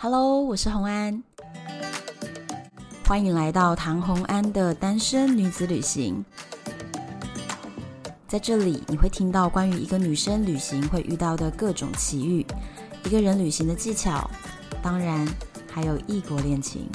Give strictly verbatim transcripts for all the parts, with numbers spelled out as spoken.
Hello， 我是洪安，欢迎来到唐洪安的单身女子旅行。在这里，你会听到关于一个女生旅行会遇到的各种奇遇，一个人旅行的技巧，当然还有异国恋情。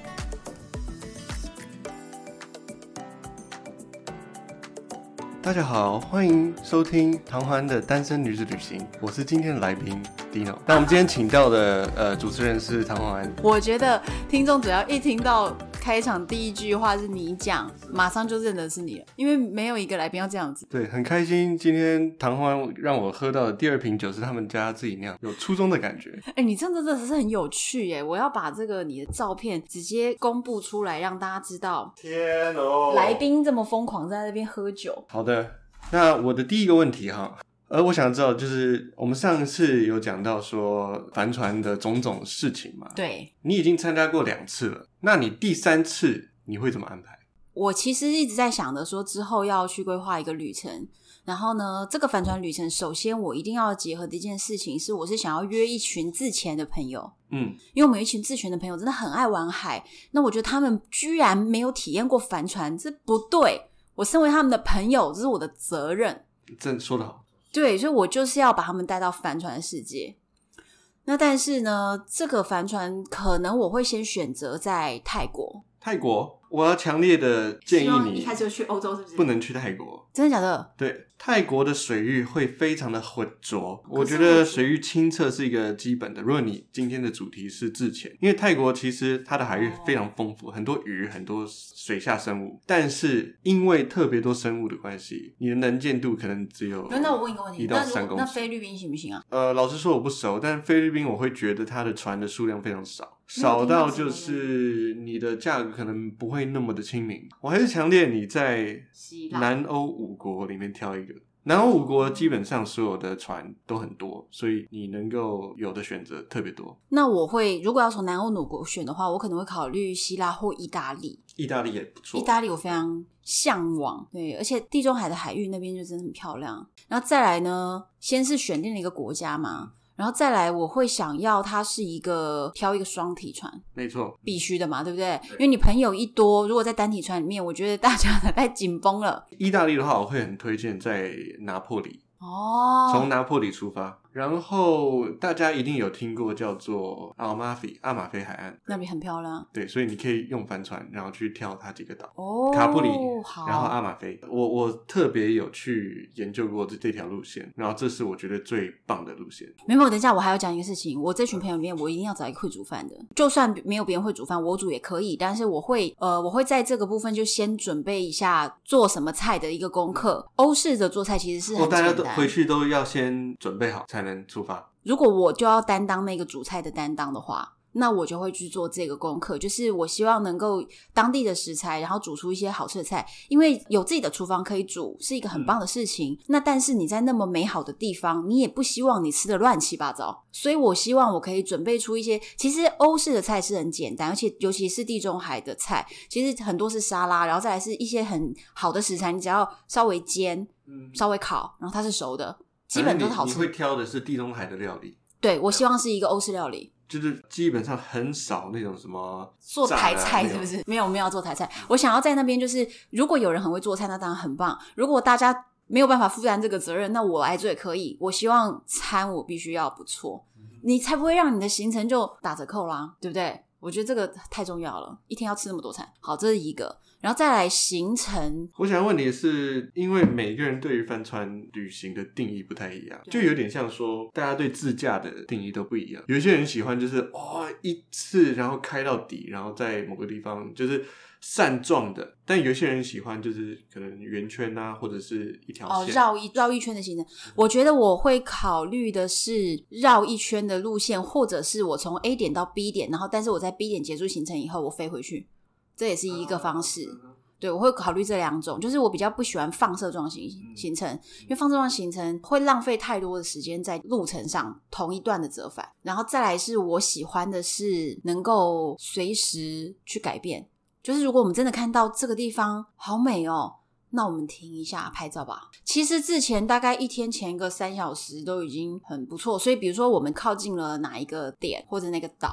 大家好，欢迎收听唐欢的单身女子旅行，我是今天的来宾 Dino。那我们今天请到的呃主持人是唐欢。 我觉得听众只要一听到开场第一句话是你讲，马上就认得是你了，因为没有一个来宾要这样子。 对，很开心今天唐欢让我喝到的第二瓶酒是他们家自己酿，有初衷的感觉。 哎、欸，你这样真的是很有趣耶！我要把这个你的照片直接公布出来，让大家知道。 天哦， 来宾这么疯狂在那边喝酒。 好的，那我的第一个问题哈。而我想知道，就是我们上次有讲到说帆船的种种事情嘛。 对， 你已经参加过两次了，那你第三次你会怎么安排？ 我其实一直在想着说之后要去规划一个旅程，然后呢，这个帆船旅程首先我一定要结合的一件事情是，我是想要约一群自潜的朋友。嗯，因为我们有一群自潜的朋友真的很爱玩海，那我觉得他们居然没有体验过帆船，这不对。我身为他们的朋友，这是我的责任。 这说得好。 对，所以我就是要把他们带到帆船的世界。那但是呢，这个帆船可能我会先选择在泰国。 泰国，我要强烈的建议你一开始就去欧洲，是不是？ 不能去泰国。 真的假的？ 对，泰国的水域会非常的浑浊，我觉得水域清澈是一个基本的。如果你今天的主题是自潜，因为泰国其实它的海域非常丰富，很多鱼，很多水下生物，但是因为特别多生物的关系，你的能见度可能只有那我问一个问题， 一到三公尺。 那菲律宾行不行啊？ 呃，老实说我不熟，但菲律宾我会觉得它的船的数量非常少，少到就是你的价格可能不会那么的亲民。我还是强烈你在南欧五国里面挑一个。南欧五国基本上所有的船都很多，所以你能够有的选择特别多。 那我会如果要从南欧五国选的话，我可能会考虑希腊或意大利。 意大利也不错， 意大利我非常向往，对，而且地中海的海域那边就真的很漂亮。然后再来呢，先是选定了一个国家嘛，然后再来我会想要它是一个挑一个双体船， 没错， 必须的嘛，对不对？对，因为你朋友一多，如果在单体船里面，我觉得大家太紧绷了。 意大利的话，我会很推荐在拿坡里哦， 从拿坡里出发，然后大家一定有听过叫做阿马菲阿马菲海岸， 那边很漂亮。 对，所以你可以用帆船，然后去跳它几个岛， 哦， 卡布里， 好， 然后阿马菲。我我特别有去研究过这这条路线，然后这是我觉得最棒的路线。 没有，等一下我还要讲一个事情，我这群朋友里面，我一定要找一个会煮饭的，就算没有别人会煮饭，我煮也可以，但是我会呃，我会在这个部分就先准备一下做什么菜的一个功课。欧式的做菜其实是很简单， 大家都回去都要先准备好才能出发。 如果我就要担当那个煮菜的担当的话，那我就会去做这个功课，就是我希望能够当地的食材，然后煮出一些好吃的菜，因为有自己的厨房可以煮是一个很棒的事情、嗯、那但是你在那么美好的地方，你也不希望你吃的乱七八糟，所以我希望我可以准备出一些，其实欧式的菜是很简单，而且尤其是地中海的菜，其实很多是沙拉，然后再来是一些很好的食材，你只要稍微煎、嗯、稍微烤，然后它是熟的，基本都是好吃。 你会挑的是地中海的料理？ 对，我希望是一个欧式料理， 就是基本上很少那种什么做台菜，是不是？没有，没有要做台菜。我想要在那边，就是如果有人很会做菜，那当然很棒。如果大家没有办法负担这个责任，那我来做也可以。我希望餐我必须要不错，你才不会让你的行程就打折扣啦，对不对？我觉得这个太重要了，一天要吃那么多餐。好，这是一个。然后再来行程， 我想问你的是，因为每个人对于帆船旅行的定义不太一样，就有点像说大家对自驾的定义都不一样。有些人喜欢就是哦一次然后开到底，然后在某个地方就是散状的，但有些人喜欢就是可能圆圈啊，或者是一条线，哦， 绕一绕一圈的行程。我觉得我会考虑的是绕一圈的路线，或者是我从 A 点到 B 点，然后但是我在 B 点结束行程以后我飞回去，这也是一个方式。对，我会考虑这两种，就是我比较不喜欢放射状行行程，因为放射状行程会浪费太多的时间在路程上同一段的折返。然后再来是我喜欢的是能够随时去改变，就是如果我们真的看到这个地方好美哦，那我们停一下拍照吧。其实之前大概一天前个三小时都已经很不错，所以比如说我们靠近了哪一个点或者那个岛，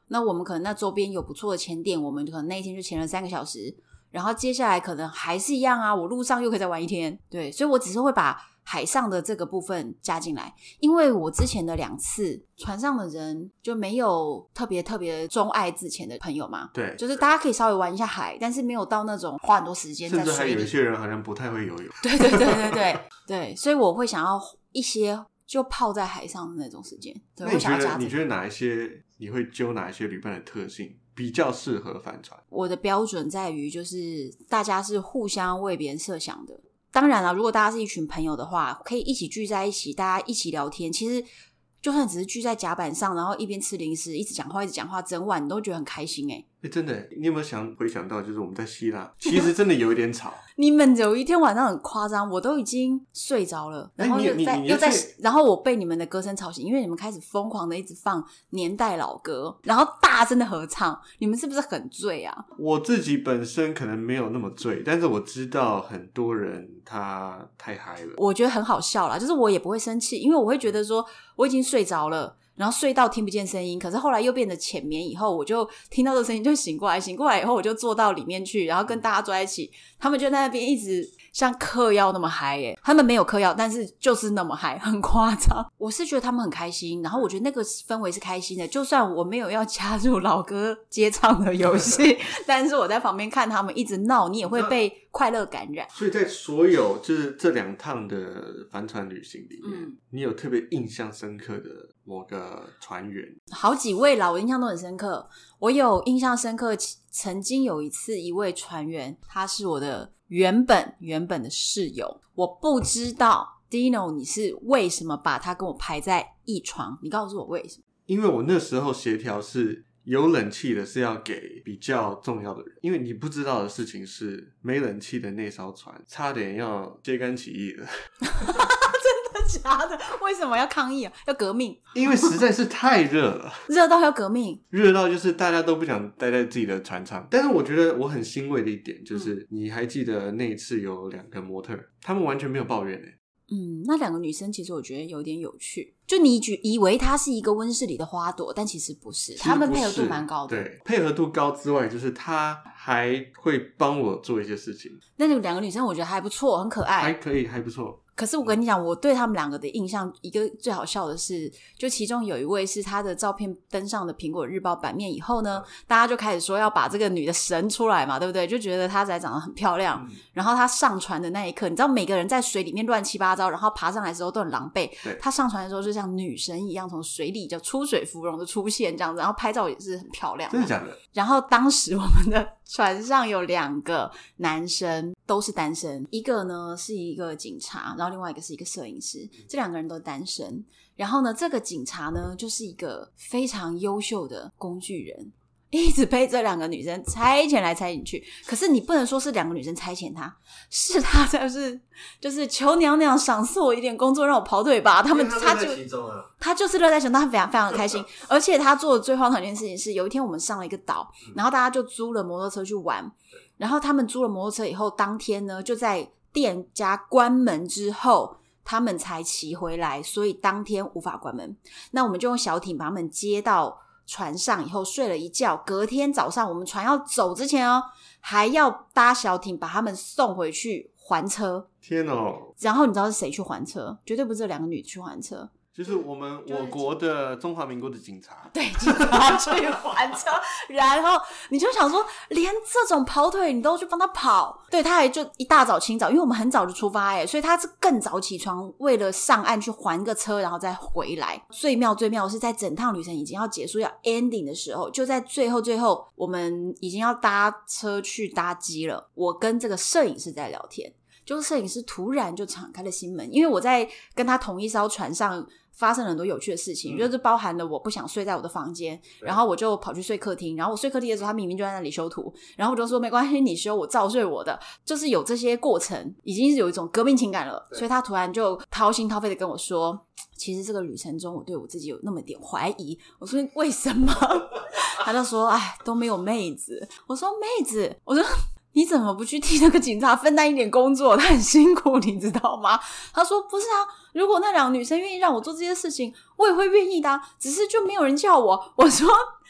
那我们可能那周边有不错的潜点，我们可能那一天就潜了三个小时，然后接下来可能还是一样啊，我路上又可以再玩一天。对，所以我只是会把海上的这个部分加进来，因为我之前的两次船上的人就没有特别特别钟爱自潜的朋友嘛， 对， 就是大家可以稍微玩一下海，但是没有到那种花很多时间在水里， 甚至还有一些人好像不太会游泳。 对对对对对对，所以我会想要一些就泡在海上的那种时间。对， 那你觉得我想要加这个。 你觉得哪一些你会揪哪一些旅伴的特性比较适合帆船？ 我的标准在于就是大家是互相为别人设想的。当然了，如果大家是一群朋友的话，可以一起聚在一起，大家一起聊天，其实就算只是聚在甲板上，然后一边吃零食一直讲话一直讲话，整晚你都觉得很开心耶。 欸，真的耶，你有没有想回想到就是我们在希腊其实真的有一点吵你们有一天晚上很夸张，我都已经睡着了，然后又在、 欸、 又在，然后我被你们的歌声吵醒，因为你们开始疯狂的一直放年代老歌，然后大声的合唱，你们是不是很醉啊？ 我自己本身可能没有那么醉，但是我知道很多人他太嗨了， 我觉得很好笑啦，就是我也不会生气，因为我会觉得说我已经睡着了，然后睡到听不见声音，可是后来又变得浅眠以后，我就听到这声音就醒过来，醒过来以后我就坐到里面去，然后跟大家坐在一起，他们就在那边一直像嗑药那么嗨耶，他们没有嗑药，但是就是那么嗨，很夸张。我是觉得他们很开心，然后我觉得那个氛围是开心的，就算我没有要加入老歌接唱的游戏但是我在旁边看他们一直闹，你也会被快乐感染。 所以在所有就是这两趟的帆船旅行里面、嗯、你有特别印象深刻的某个船员？ 好几位啦，我印象都很深刻。我有印象深刻，曾经有一次一位船员，他是我的原本原本的室友，我不知道 Dino 你是为什么把他跟我排在一床，你告诉我为什么？ 因为我那时候协调是有冷气的是要给比较重要的人，因为你不知道的事情是没冷气的那艘船差点要揭竿起义了真的假的？为什么要抗议啊？要革命？ 因为实在是太热了热到要革命， 热到就是大家都不想待在自己的船上。但是我觉得我很欣慰的一点就是、嗯、你还记得那一次有两个模特他们完全没有抱怨耶。 嗯，那两个女生其实我觉得有点有趣，就你以为她是一个温室里的花朵，但其实不是，她们配合度蛮高的。 对，配合度高之外，就是她还会帮我做一些事情。 那两个女生我觉得还不错，很可爱， 还可以，还不错。 可是我跟你讲，我对他们两个的印象，一个最好笑的是，就其中有一位是他的照片登上了苹果日报版面以后呢，大家就开始说要把这个女的神出来嘛，对不对？就觉得她才长得很漂亮、嗯、然后她上船的那一刻，你知道每个人在水里面乱七八糟，然后爬上来的时候都很狼狈，她上船的时候就像女神一样从水里就出水芙蓉的出现这样子，然后拍照也是很漂亮。 真的假的？ 然后当时我们的船上有两个男生都是单身，一个呢是一个警察，然后另外一个是一个摄影师，这两个人都单身。然后呢这个警察呢就是一个非常优秀的工具人，一直被这两个女生差遣来差遣去。可是你不能说是两个女生差遣他，是他就是就是求娘娘赏赐我一点工作让我跑腿吧，他们他就他就是乐在其中，他非常非常的开心。而且他做的最荒唐的一件事情是，有一天我们上了一个岛，然后大家就租了摩托车去玩，然后他们租了摩托车以后，当天呢就在店家关门之后他们才骑回来，所以当天无法关门。那我们就用小艇把他们接到船上以后睡了一觉，隔天早上我们船要走之前哦，还要搭小艇把他们送回去还车。 天哦！ 然后你知道是谁去还车？绝对不是这两个女去还车， 就是我们我国的中华民国的警察。 对，警察去还车然后你就想说连这种跑腿你都去帮他跑。对，他还就一大早清早，因为我们很早就出发耶，所以他是更早起床，为了上岸去还个车然后再回来。最妙最妙的是在整趟旅程已经要结束要 ending 的时候，就在最后最后我们已经要搭车去搭机了，我跟这个摄影师在聊天，就是摄影师突然就敞开了心门，因为我在跟他同一艘船上发生了很多有趣的事情、嗯、就是包含了我不想睡在我的房间，然后我就跑去睡客厅，然后我睡客厅的时候他明明就在那里修图，然后我就说没关系你修我照睡我的，就是有这些过程已经是有一种革命情感了。所以他突然就掏心掏肺的跟我说，其实这个旅程中我对我自己有那么点怀疑。我说为什么？他就说哎，都没有妹子。我说妹子，我说你怎么不去替那个警察分担一点工作，他很辛苦你知道吗？他说不是啊，如果那两个女生愿意让我做这些事情我也会愿意的、啊、只是就没有人叫我。我说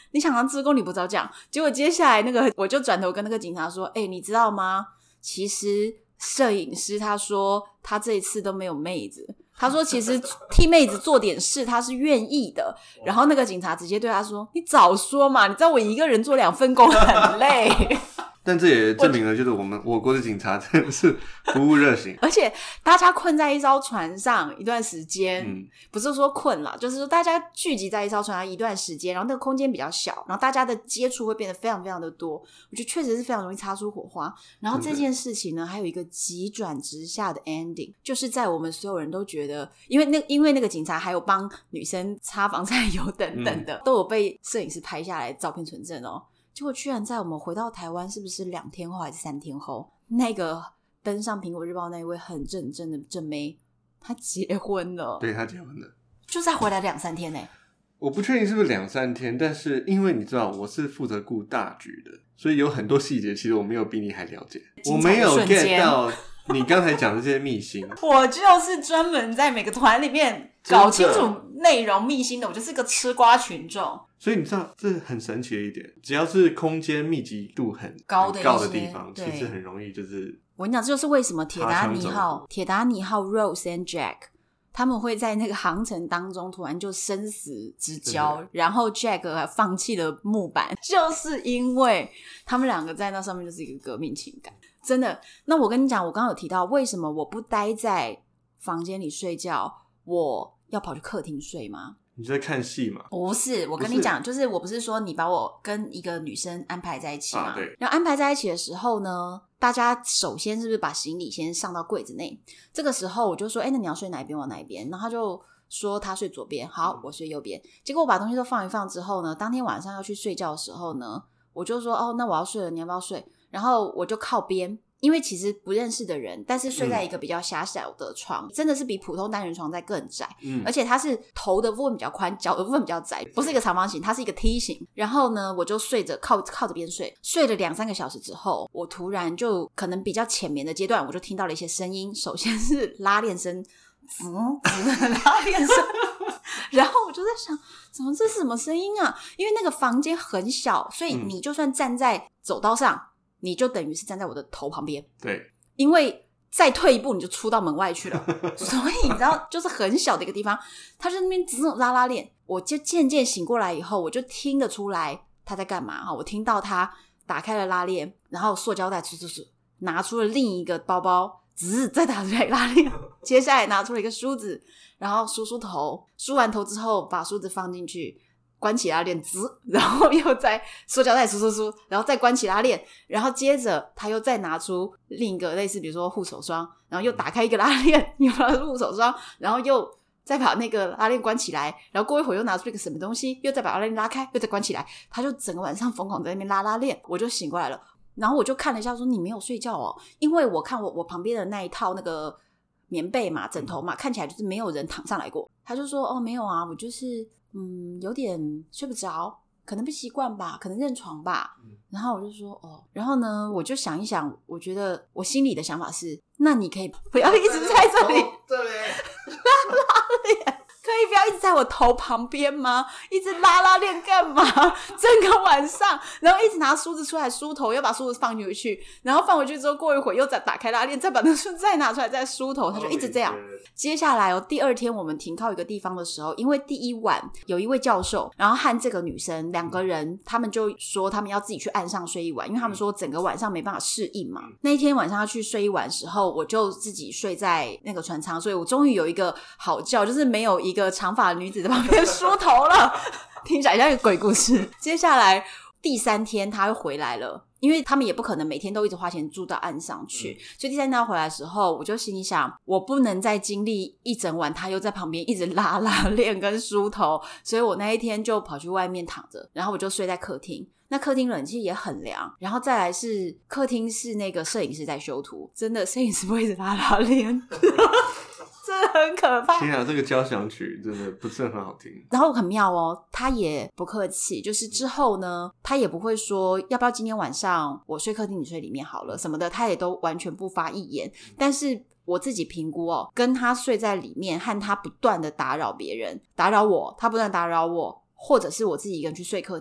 你想当志工你不早讲。结果接下来那个我就转头跟那个警察说，哎、欸，你知道吗？其实摄影师他说他这一次都没有妹子，他说其实替妹子做点事他是愿意的。然后那个警察直接对他说，你早说嘛，你知道我一个人做两份工很累。 但这也证明了就是我们我国的警察真的是服务热心。 而且大家困在一艘船上一段时间、嗯、不是说困啦，就是说大家聚集在一艘船上一段时间，然后那个空间比较小，然后大家的接触会变得非常非常的多，我觉得确实是非常容易擦出火花。然后这件事情呢还有一个急转直下的 ending， 就是在我们所有人都觉得因为那因为那个警察还有帮女生擦防晒油等等的、嗯、都有被摄影师拍下来照片存证哦。结果居然在我们回到台湾是不是两天后还是三天后，那个登上苹果日报那一位很正正的正妹她结婚了。 对，她结婚了， 就再回来两三天呢、欸。 我不确定是不是两三天，但是因为你知道我是负责顾大局的，所以有很多细节其实我没有比你还了解，我没有 get 到你刚才讲的这些秘辛。 我就是专门在每个团里面搞清楚内容秘辛的，我就是个吃瓜群众。 所以你知道这很神奇的一点，只要是空间密集度很高 的, 高的地方，其实很容易就是我跟你讲，这就是为什么铁达尼号铁达尼号 Rose and Jack 他们会在那个航程当中突然就生死之交，然后 Jack 还放弃了木板，就是因为他们两个在那上面就是一个革命情感，真的。那我跟你讲，我刚刚有提到为什么我不待在房间里睡觉，我要跑去客厅睡吗？ 你在看戏吗？ 不是，我跟你讲，就是我不是说你把我跟一个女生安排在一起嘛、 啊、对。 然后安排在一起的时候呢，大家首先是不是把行李先上到柜子内？这个时候我就说，哎，那你要睡哪一边我哪一边？然后他就说他睡左边，好，我睡右边。结果我把东西都放一放之后呢，当天晚上要去睡觉的时候呢，我就说，哦，那我要睡了，你要不要睡？然后我就靠边。因为其实不认识的人，但是睡在一个比较狭小的床、嗯、真的是比普通单人床再更窄、嗯、而且它是头的部分比较宽，脚的部分比较窄，不是一个长方形，它是一个梯形。然后呢我就睡着靠靠着边睡，睡了两三个小时之后，我突然就可能比较浅眠的阶段，我就听到了一些声音，首先是拉链声，滋滋的拉链声然后我就在想，怎么这是什么声音啊？因为那个房间很小，所以你就算站在走道上、嗯你就等于是站在我的头旁边， 对， 因为再退一步你就出到门外去了所以你知道就是很小的一个地方，他就在那边只有拉拉链。我就渐渐醒过来以后，我就听得出来他在干嘛。我听到他打开了拉链，然后塑胶袋出出出拿出了另一个包包，只是再打出来拉链接下来拿出了一个梳子，然后梳梳头，梳完头之后把梳子放进去，关起拉链，滋，然后又再塑胶袋梳梳梳，然后再关起拉链，然后接着他又再拿出另一个类似比如说护手霜，然后又打开一个拉链，又拿出护手霜，然后又再把那个拉链关起来，然后过一会儿又拿出一个什么东西，又再把拉链拉开，又再关起来，他就整个晚上疯狂在那边拉拉链。我就醒过来了，然后我就看了一下说，你没有睡觉哦？因为我看我我旁边的那一套那个棉被嘛枕头嘛，看起来就是没有人躺上来过。他就说，哦没有啊，我就是嗯，有点睡不着，可能不习惯吧，可能认床吧、嗯、然后我就说哦，然后呢我就想一想，我觉得我心里的想法是，那你可以不要一直在这里这里拉拉链，可以不要一直在我头旁边吗？一直拉拉链干嘛？整个晚上，然后一直拿梳子出来梳头，又把梳子放回去，然后放回去之后过一会儿又再打开拉链，再把那梳子再拿出来再梳头，他就一直这样。接下来哦，第二天我们停靠一个地方的时候，因为第一晚有一位教授，然后和这个女生两个人，他们就说他们要自己去岸上睡一晚，因为他们说整个晚上没办法适应嘛。那一天晚上要去睡一晚的时候，我就自己睡在那个船舱，所以我终于有一个好觉，就是没有一个长发的女子在旁边梳头了听起来像一个鬼故事。接下来第三天他又回来了，因为他们也不可能每天都一直花钱住到岸上去、嗯、所以第三天他回来的时候，我就心里想，我不能再经历一整晚他又在旁边一直拉拉链跟梳头，所以我那一天就跑去外面躺着，然后我就睡在客厅。那客厅冷气也很凉，然后再来是客厅是那个摄影师在修图，真的摄影师不会一直拉拉链真的很可怕。 天啊，这个交响曲真的不是很好听。 然后很妙哦，他也不客气，就是之后呢他也不会说要不要今天晚上我睡客厅你睡里面好了什么的，他也都完全不发一言。但是我自己评估哦，跟他睡在里面和他不断的打扰别人，打扰我，他不断打扰我，或者是我自己一个人去睡客厅，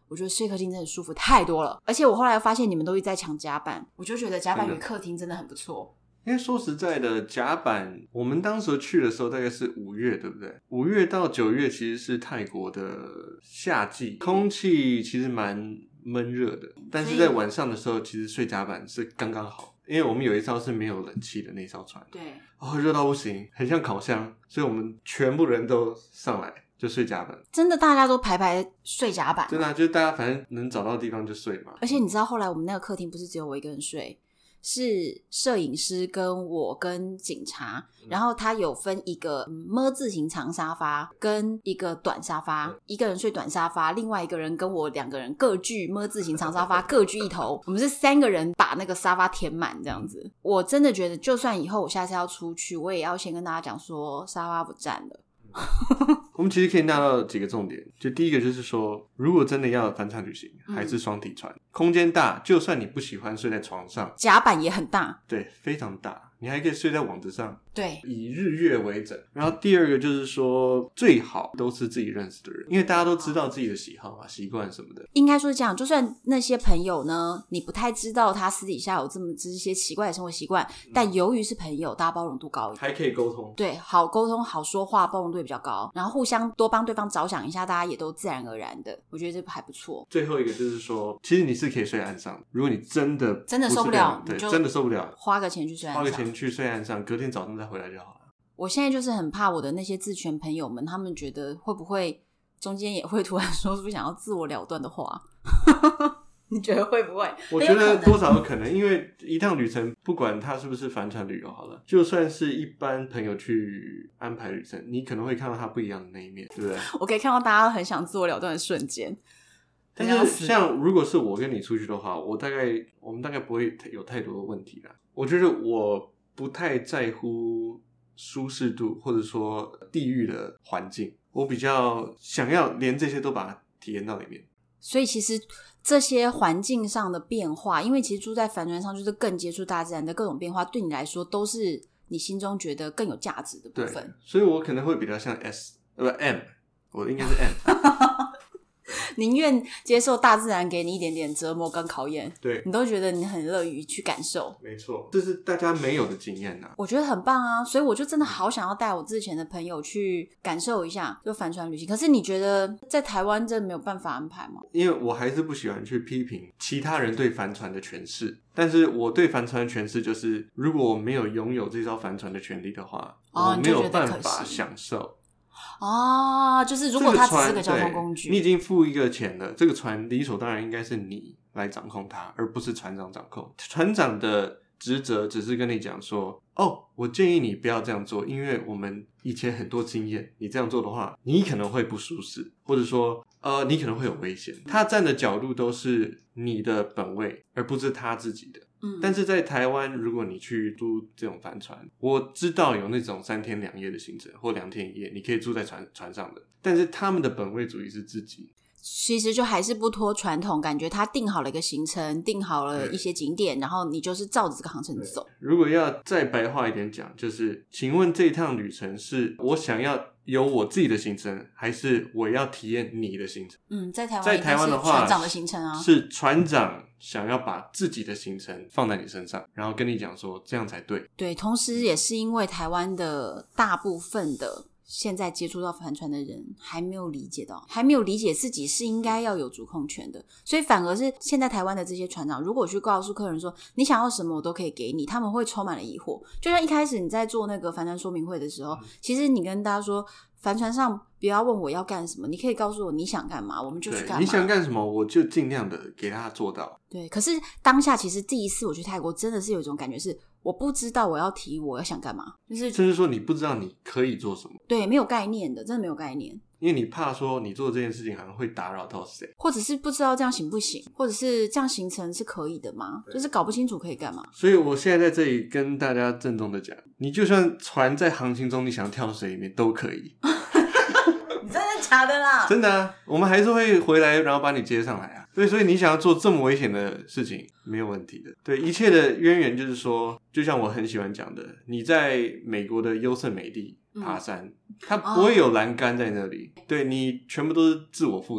我觉得睡客厅真的舒服太多了。而且我后来发现你们都一直在抢甲板，我就觉得甲板与客厅真的很不错。 因为说实在的，甲板我们当时去的时候大概是五月，对不对？五月到九月其实是泰国的夏季，空气其实蛮闷热的，但是在晚上的时候其实睡甲板是刚刚好。因为我们有一艘是没有冷气的那艘船， 对， 哦，热到不行，很像烤箱，所以我们全部人都上来就睡甲板。 真的大家都排排睡甲板， 真的、啊、就是大家反正能找到地方就睡嘛。 而且你知道后来我们那个客厅不是只有我一个人睡，是摄影师跟我跟警察，然后他有分一个么字形长沙发跟一个短沙发，一个人睡短沙发，另外一个人跟我两个人各据么字形长沙发各据一头，我们是三个人把那个沙发填满这样子。我真的觉得就算以后我下次要出去，我也要先跟大家讲说沙发不占了。 我们其实可以拿到几个重点，就第一个就是说，如果真的要帆船旅行，还是双体船、嗯、空间大，就算你不喜欢睡在床上， 甲板也很大， 对，非常大，你还可以睡在网子上， 对， 以日月为枕。然后第二个就是说，最好都是自己认识的人，因为大家都知道自己的喜好啊、习惯什么的。 应该说是这样，就算那些朋友呢，你不太知道他私底下有这么这些奇怪的生活习惯、嗯，但由于是朋友，大家包容度高一点， 还可以沟通， 对，好沟通、好说话，包容度也比较高，然后互相多帮对方着想一下，大家也都自然而然的，我觉得这还不错。 最后一个就是说，其实你是可以睡岸上，如果你真的真的受不了， 对， 你就真的受不了， 花个钱去睡岸上， 花个钱去睡岸上，隔天早上再回来就好了。 我现在就是很怕我的那些自权朋友们，他们觉得会不会中间也会突然说出想要自我了断的话。你觉得会不会？ 我觉得多少有可能，因为一趟旅程不管它是不是帆船旅游好了，就算是一般朋友去安排旅程，你可能会看到它不一样的那一面，对不对？ 我可以看到大家很想自我了断的瞬间。 但是像如果是我跟你出去的话，我大概我们大概不会有太多的问题啦。我觉得我不太在乎舒适度或者说地域的环境，我比较想要连这些都把它体验到里面。 所以其实这些环境上的变化，因为其实住在帆船上就是更接触大自然的各种变化，对你来说都是你心中觉得更有价值的部分。 对，所以我可能会比较像 S 呃不 M， 我应该是 M 宁愿接受大自然给你一点点折磨跟考验， 对， 你都觉得你很乐于去感受。 没错，这是大家没有的经验啊， 我觉得很棒啊，所以我就真的好想要带我之前的朋友去感受一下就帆船旅行。可是你觉得在台湾真的没有办法安排吗？ 因为我还是不喜欢去批评其他人对帆船的诠释，但是我对帆船的诠释就是如果我没有拥有这艘帆船的权利的话、哦、我没有办法享受。 哦，就是如果它只是个交通工具、 这个、你已经付一个钱了，这个船理所当然应该是你来掌控它，而不是船长掌控。船长的职责只是跟你讲说，哦，我建议你不要这样做，因为我们以前很多经验，你这样做的话你可能会不舒适，或者说呃，你可能会有危险。他站的角度都是你的本位，而不是他自己的。嗯，但是在台湾，如果你去租这种帆船，我知道有那种三天两夜的行程或两天一夜，你可以住在船船上的，但是他们的本位主义是自己。 其实就还是不脱传统，感觉他定好了一个行程，定好了一些景点，然后你就是照着这个航程走。 如果要再白话一点讲，就是请问这一趟旅程是我想要有我自己的行程，还是我要体验你的行程？嗯， 在台湾， 在台湾的话， 船长的行程啊， 是船长想要把自己的行程放在你身上，然后跟你讲说这样才对。 对，同时也是因为台湾的大部分的现在接触到帆船的人还没有理解到，还没有理解自己是应该要有主控权的，所以反而是现在台湾的这些船长，如果去告诉客人说你想要什么我都可以给你，他们会充满了疑惑。就像一开始你在做那个帆船说明会的时候、嗯、其实你跟大家说帆船上不要问我要干什么，你可以告诉我你想干嘛，我们就去干嘛。 你想干什么我就尽量的给他做到。 对，可是当下其实第一次我去泰国真的是有一种感觉是我不知道我要提我要想干嘛，就是甚至说你不知道你可以做什么。 对，没有概念的，真的没有概念。 因为你怕说你做这件事情好像会打扰到谁， 或者是不知道这样行不行，或者是这样行程是可以的吗？就是搞不清楚可以干嘛。 所以我现在在这里跟大家郑重的讲，你就算船在航行中你想跳到水里面都可以。 你真的假的啦？ 真的啊，我们还是会回来然后把你接上来啊。对，所以你想要做这么危险的事情没有问题的。对，一切的渊源就是说，就像我很喜欢讲的，你在美国的优胜美地爬山、嗯、它不会有栏杆在那里、哦、对，你全部都是自我负责，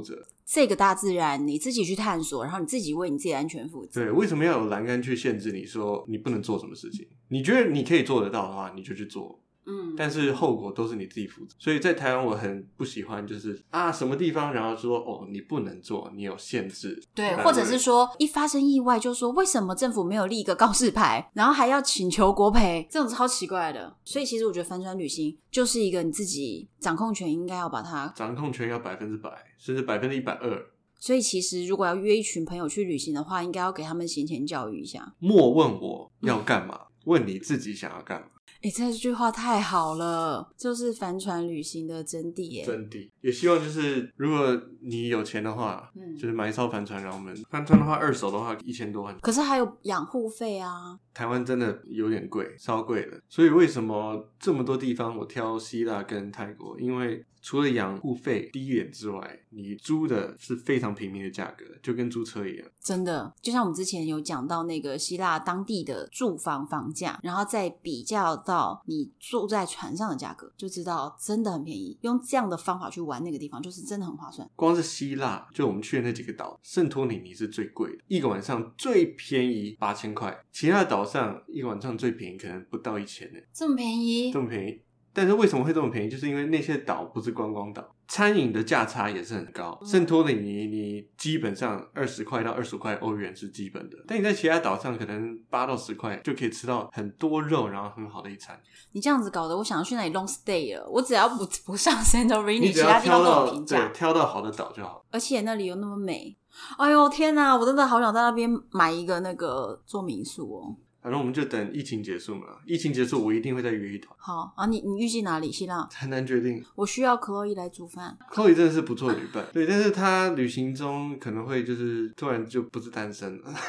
这个大自然你自己去探索，然后你自己为你自己的安全负责。 对，为什么要有栏杆去限制你说你不能做什么事情？你觉得你可以做得到的话，你就去做。嗯，但是后果都是你自己负责。所以在台湾我很不喜欢就是啊什么地方然后说哦你不能做，你有限制。 对，或者是说一发生意外就说为什么政府没有立一个告示牌，然后还要请求国赔，这种超奇怪的。所以其实我觉得帆船旅行就是一个你自己掌控权应该要把它掌控权要百分之百，甚至百分之一百二。 所以其实如果要约一群朋友去旅行的话，应该要给他们行前教育一下。 莫问我要干嘛，问你自己想要干嘛。 欸，这句话太好了，就是帆船旅行的真谛耶。 真谛，也希望就是如果你有钱的话，嗯，就是买一艘帆船，然后我们帆船的话，二手的话一千多万。 可是还有养护费啊。 台湾真的有点贵，超贵的。所以为什么这么多地方我挑希腊跟泰国？因为除了养护费低一点之外，你租的是非常平民的价格，就跟租车一样。 真的，就像我们之前有讲到那个希腊当地的住房房价，然后再比较到你住在船上的价格，就知道真的很便宜。用这样的方法去玩那个地方，就是真的很划算。 光是希腊，就我们去的那几个岛，圣托里尼是最贵的，一个晚上最便宜八千块，其他的岛上一个晚上最便宜可能不到一千呢。 这么便宜？ 这么便宜。但是为什么会这么便宜？就是因为那些岛不是观光岛，餐饮的价差也是很高。圣托里尼你基本上二十块到二十块欧元是基本的，但你在其他岛上可能八到十块就可以吃到很多肉，然后很好的一餐。 你这样子搞得我想要去那里 long stay 了，我只要不不上 Santorini， 其他地方都有评价， 对，挑到好的岛就好。 而且那里又那么美，哎呦天哪，我真的好想在那边买一个那个做民宿哦。 反正我们就等疫情结束嘛，疫情结束我一定会再约一团。 好啊，你你预计哪里？希腊？ 很难决定。 我需要 Chloe 来煮饭。 Chloe 真的是不错的旅伴，对，但是她旅行中可能会就是突然就不是单身了。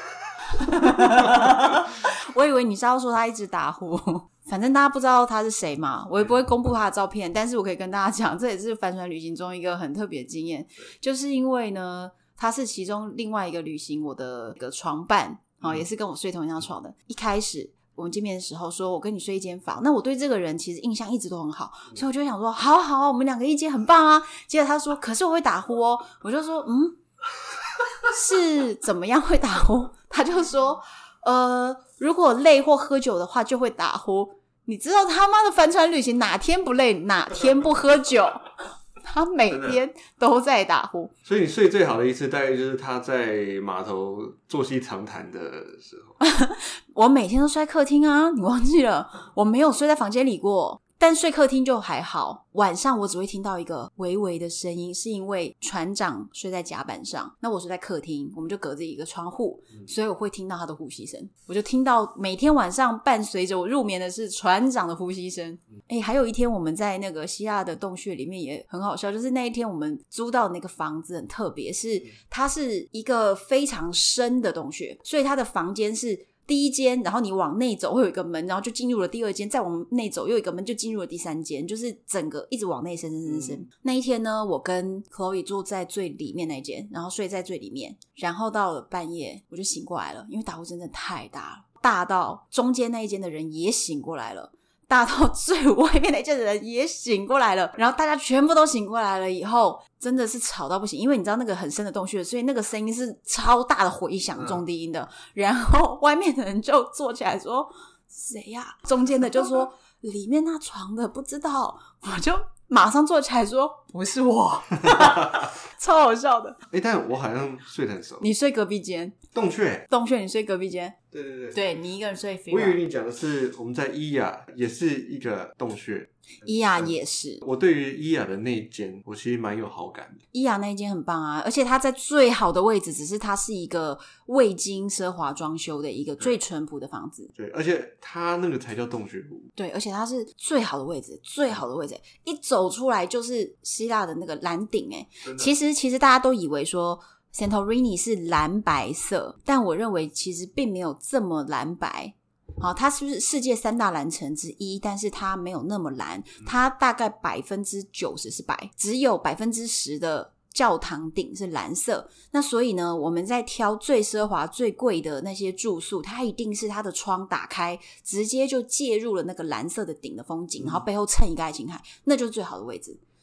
我以为你是要说他一直打呼。反正大家不知道他是谁嘛，我也不会公布他的照片，但是我可以跟大家讲，这也是帆船旅行中一个很特别的经验，就是因为呢他是其中另外一个旅行我的一个床伴，哦，也是跟我睡同一张床的。一开始我们见面的时候说我跟你睡一间房，那我对这个人其实印象一直都很好，所以我就想说好好我们两个一间很棒啊。接着他说可是我会打呼哦，我就说嗯是怎么样会打呼？他就说呃如果累或喝酒的话就会打呼。你知道他妈的帆船旅行哪天不累哪天不喝酒？他每天都在打呼。 所以你睡最好的一次大概就是他在码头坐西长谈的时候。 我每天都睡在客厅啊，你忘记了？我没有睡在房间里过，但睡客厅就还好。晚上我只会听到一个微微的声音，是因为船长睡在甲板上，那我睡在客厅，我们就隔着一个窗户，所以我会听到他的呼吸声。我就听到每天晚上伴随着我入眠的是船长的呼吸声。诶，还有一天我们在那个希腊的洞穴里面也很好笑，就是那一天我们租到的那个房子很特别，是它是一个非常深的洞穴，所以它的房间是第一间，然后你往内走会有一个门，然后就进入了第二间，再往内走又有一个门就进入了第三间，就是整个一直往内伸伸伸伸、嗯、那一天呢我跟 Chloe 住在最里面那一间，然后睡在最里面，然后到了半夜我就醒过来了，因为打呼真的太大了，大到中间那一间的人也醒过来了，大到最外面那间的人也醒过来了，然后大家全部都醒过来了以后真的是吵到不行，因为你知道那个很深的洞穴，所以那个声音是超大的回响，重低音的、嗯、然后外面的人就坐起来说谁呀、啊、中间的就说里面那床的不知道，我就马上坐起来说不是我。超好笑的。 欸，但我好像睡得很熟。 你睡隔壁间洞穴洞穴你睡隔壁间。 对对对， 对你一个人睡 Fira。 我以为你讲的是我们在伊雅也是一个洞穴。 伊雅也是。 我对于伊雅的那一间我其实蛮有好感的。 伊雅那一间很棒啊，而且它在最好的位置，只是它是一个未经奢华装修的一个最淳朴的房子。 对，而且它那个才叫洞穴屋。 对，而且它是最好的位置，最好的位置，一走出来就是希腊的那个蓝顶。哎，其实其实大家都以为说Santorini 是蓝白色，但我认为其实并没有这么蓝白。好，它是不是世界三大蓝城之一？但是它没有那么蓝，它大概百分之九十是白，只有百分之十的教堂顶是蓝色。那所以呢，我们在挑最奢华、最贵的那些住宿，它一定是它的窗打开，直接就介入了那个蓝色的顶的风景，然后背后衬一个爱琴海，那就是最好的位置。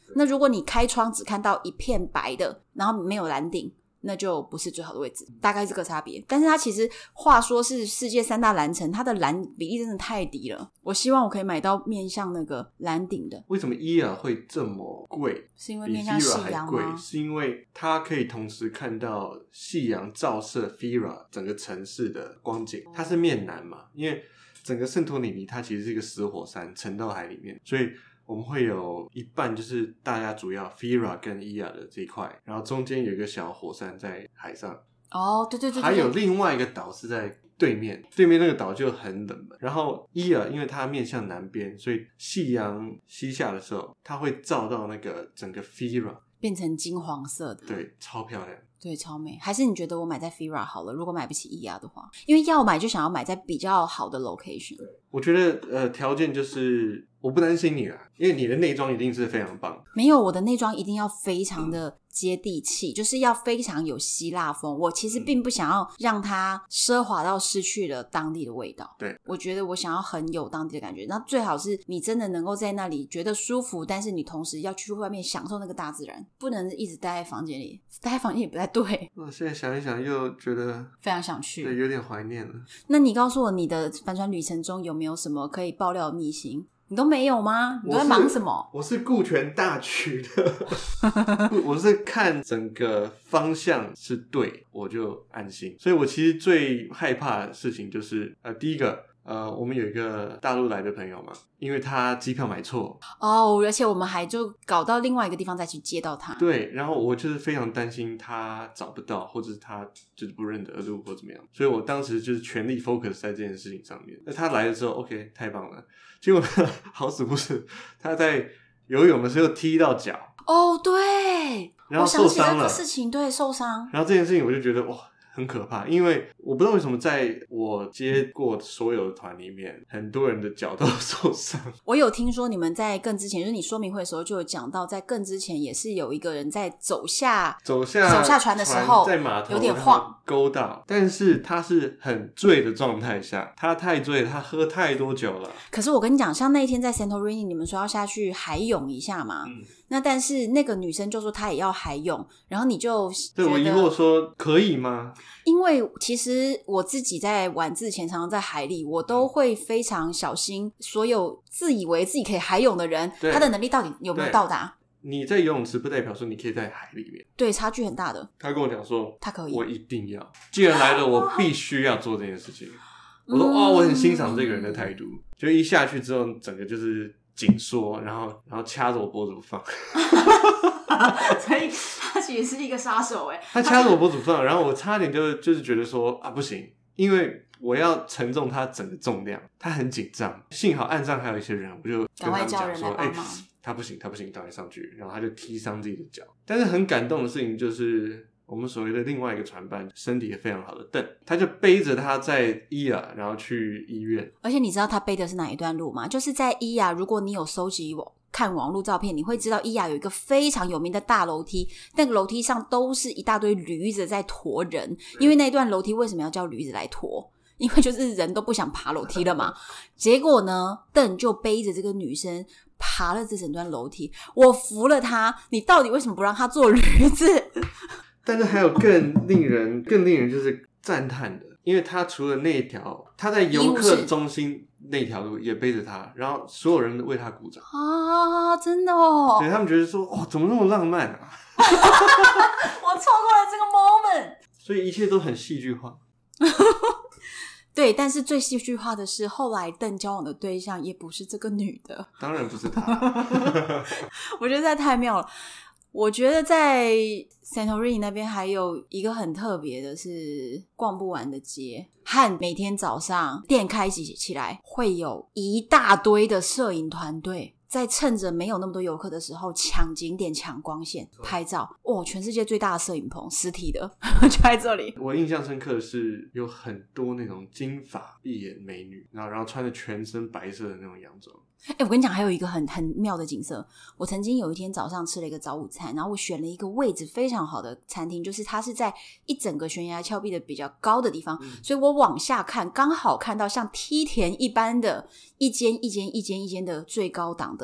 那如果你开窗只看到一片白的，然后没有蓝顶，那就不是最好的位置，大概这个差别。但是它其实话说是世界三大蓝城，它的蓝比例真的太低了，我希望我可以买到面向那个蓝顶的。 为什么 E R 会这么贵？ 是因为面向夕阳吗？ 是因为它可以同时看到夕阳照射 F I R A 整个城市的光景。它是面南嘛，因为整个圣托里尼它其实是一个死火山沉到海里面，所以我们会有一半就是大家主要 F I R A 跟 E R 的这一块，然后中间有一个小火山在海上。 哦，对对 对, 对， 还有另外一个岛是在对面，对面那个岛就很冷门。然后 E R 因为它面向南边，所以夕阳西下的时候，它会照到那个整个 F I R A 变成金黄色的， 对，超漂亮。 对，超美。还是你觉得我买在 F I R A 好了，如果买不起 E R 的话，因为要买就想要买在比较好的 location。 我觉得呃，条件就是我不担心你啦，因为你的内装一定是非常棒。 没有，我的内装一定要非常的接地气，就是要非常有希腊风。我其实并不想要让它奢华到失去了当地的味道。 对，我觉得我想要很有当地的感觉。那最好是你真的能够在那里觉得舒服，但是你同时要去外面享受那个大自然，不能一直待在房间里。待在房间也不太对。 我现在想一想又觉得非常想去， 对，有点怀念了。 那你告诉我，你的帆船旅程中有没有什么可以爆料的秘辛？你都没有吗？你都在忙什么？ 我是顾全大局的我是看整个方向是对我就安心。所以我其实最害怕的事情就是呃，第一个呃，我们有一个大陆来的朋友嘛，因为他机票买错哦，而且我们还就搞到另外一个地方再去接到他。 对，然后我就是非常担心他找不到，或者是他就是不认得路或怎么样，所以我当时就是全力 focus 在这件事情上面。那他来的时候 OK 太棒了，结果好死不死他在游泳的时候踢到脚。 哦，对， 然后受伤了，我想起这个事情，对，受伤。 然后这件事情我就觉得哇很可怕，因为我不知道为什么在我接过所有的团里面，很多人的脚都受伤。 我有听说你们在更之前，就是你说明会的时候就有讲到，在更之前也是有一个人在走下走下走下船的时候， 在码头有点晃， 勾到，但是他是很醉的状态下，他太醉了，他喝太多酒了。 可是我跟你讲，像那一天在 Santorini 你们说要下去海泳一下嘛，嗯，那但是那个女生就说她也要海泳，然后你就对我疑惑说可以吗？ 因为其实我自己在晚自前常常在海里，我都会非常小心所有自以为自己可以海泳的人，他的能力到底有没有到达。 你在游泳池不代表说你可以在海里面， 对，差距很大的。 他跟我讲说他可以， 我一定要，既然来了我必须要做这件事情。我说哦，我很欣赏这个人的态度，就一下去之后整个就是紧缩，然后然后掐着我脖子不放所以他其实是一个杀手耶， 他掐着我脖子不放，然后我差点就就是觉得说啊不行，因为我要承重他整个重量，他很紧张。幸好岸上还有一些人，我就跟他们讲说哎、欸，他不行他不行，赶快上去，然后他就踢伤自己的脚。但是很感动的事情就是我们所谓的另外一个船伴身体也非常好的邓，他就背着他在伊雅然后去医院。 而且你知道他背的是哪一段路吗？就是在伊雅，如果你有收集看网络照片，你会知道伊雅有一个非常有名的大楼梯，那个楼梯上都是一大堆驴子在驮人。因为那段楼梯为什么要叫驴子来驮？因为就是人都不想爬楼梯了嘛。结果呢，邓就背着这个女生爬了这整段楼梯。我服了他，你到底为什么不让他做驴子？ 但是还有更令人更令人就是赞叹的，因为他除了那条他在游客中心那条路也背着他，然后所有人为他鼓掌啊！真的哦， 对，他们觉得说哦，怎么那么浪漫啊我错过了这个 moment， 所以一切都很戏剧化对，但是最戏剧化的是后来邓交往的对象也不是这个女的， 当然不是他我觉得这太妙了。我觉得在 Santorini 那边还有一个很特别的是逛不完的街，和每天早上店开启起来会有一大堆的摄影团队在趁着没有那么多游客的时候抢景点抢光线拍照。哦，全世界最大的摄影棚实体的就在这里。 我印象深刻的是有很多那种金发碧眼美女，然后然后穿着全身白色的那种洋装。 哎、欸，我跟你讲，还有一个很很妙的景色。我曾经有一天早上吃了一个早午餐，然后我选了一个位置非常好的餐厅，就是它是在一整个悬崖峭壁的比较高的地方，嗯、所以我往下看，刚好看到像梯田一般的一间一间一间一间的最高档的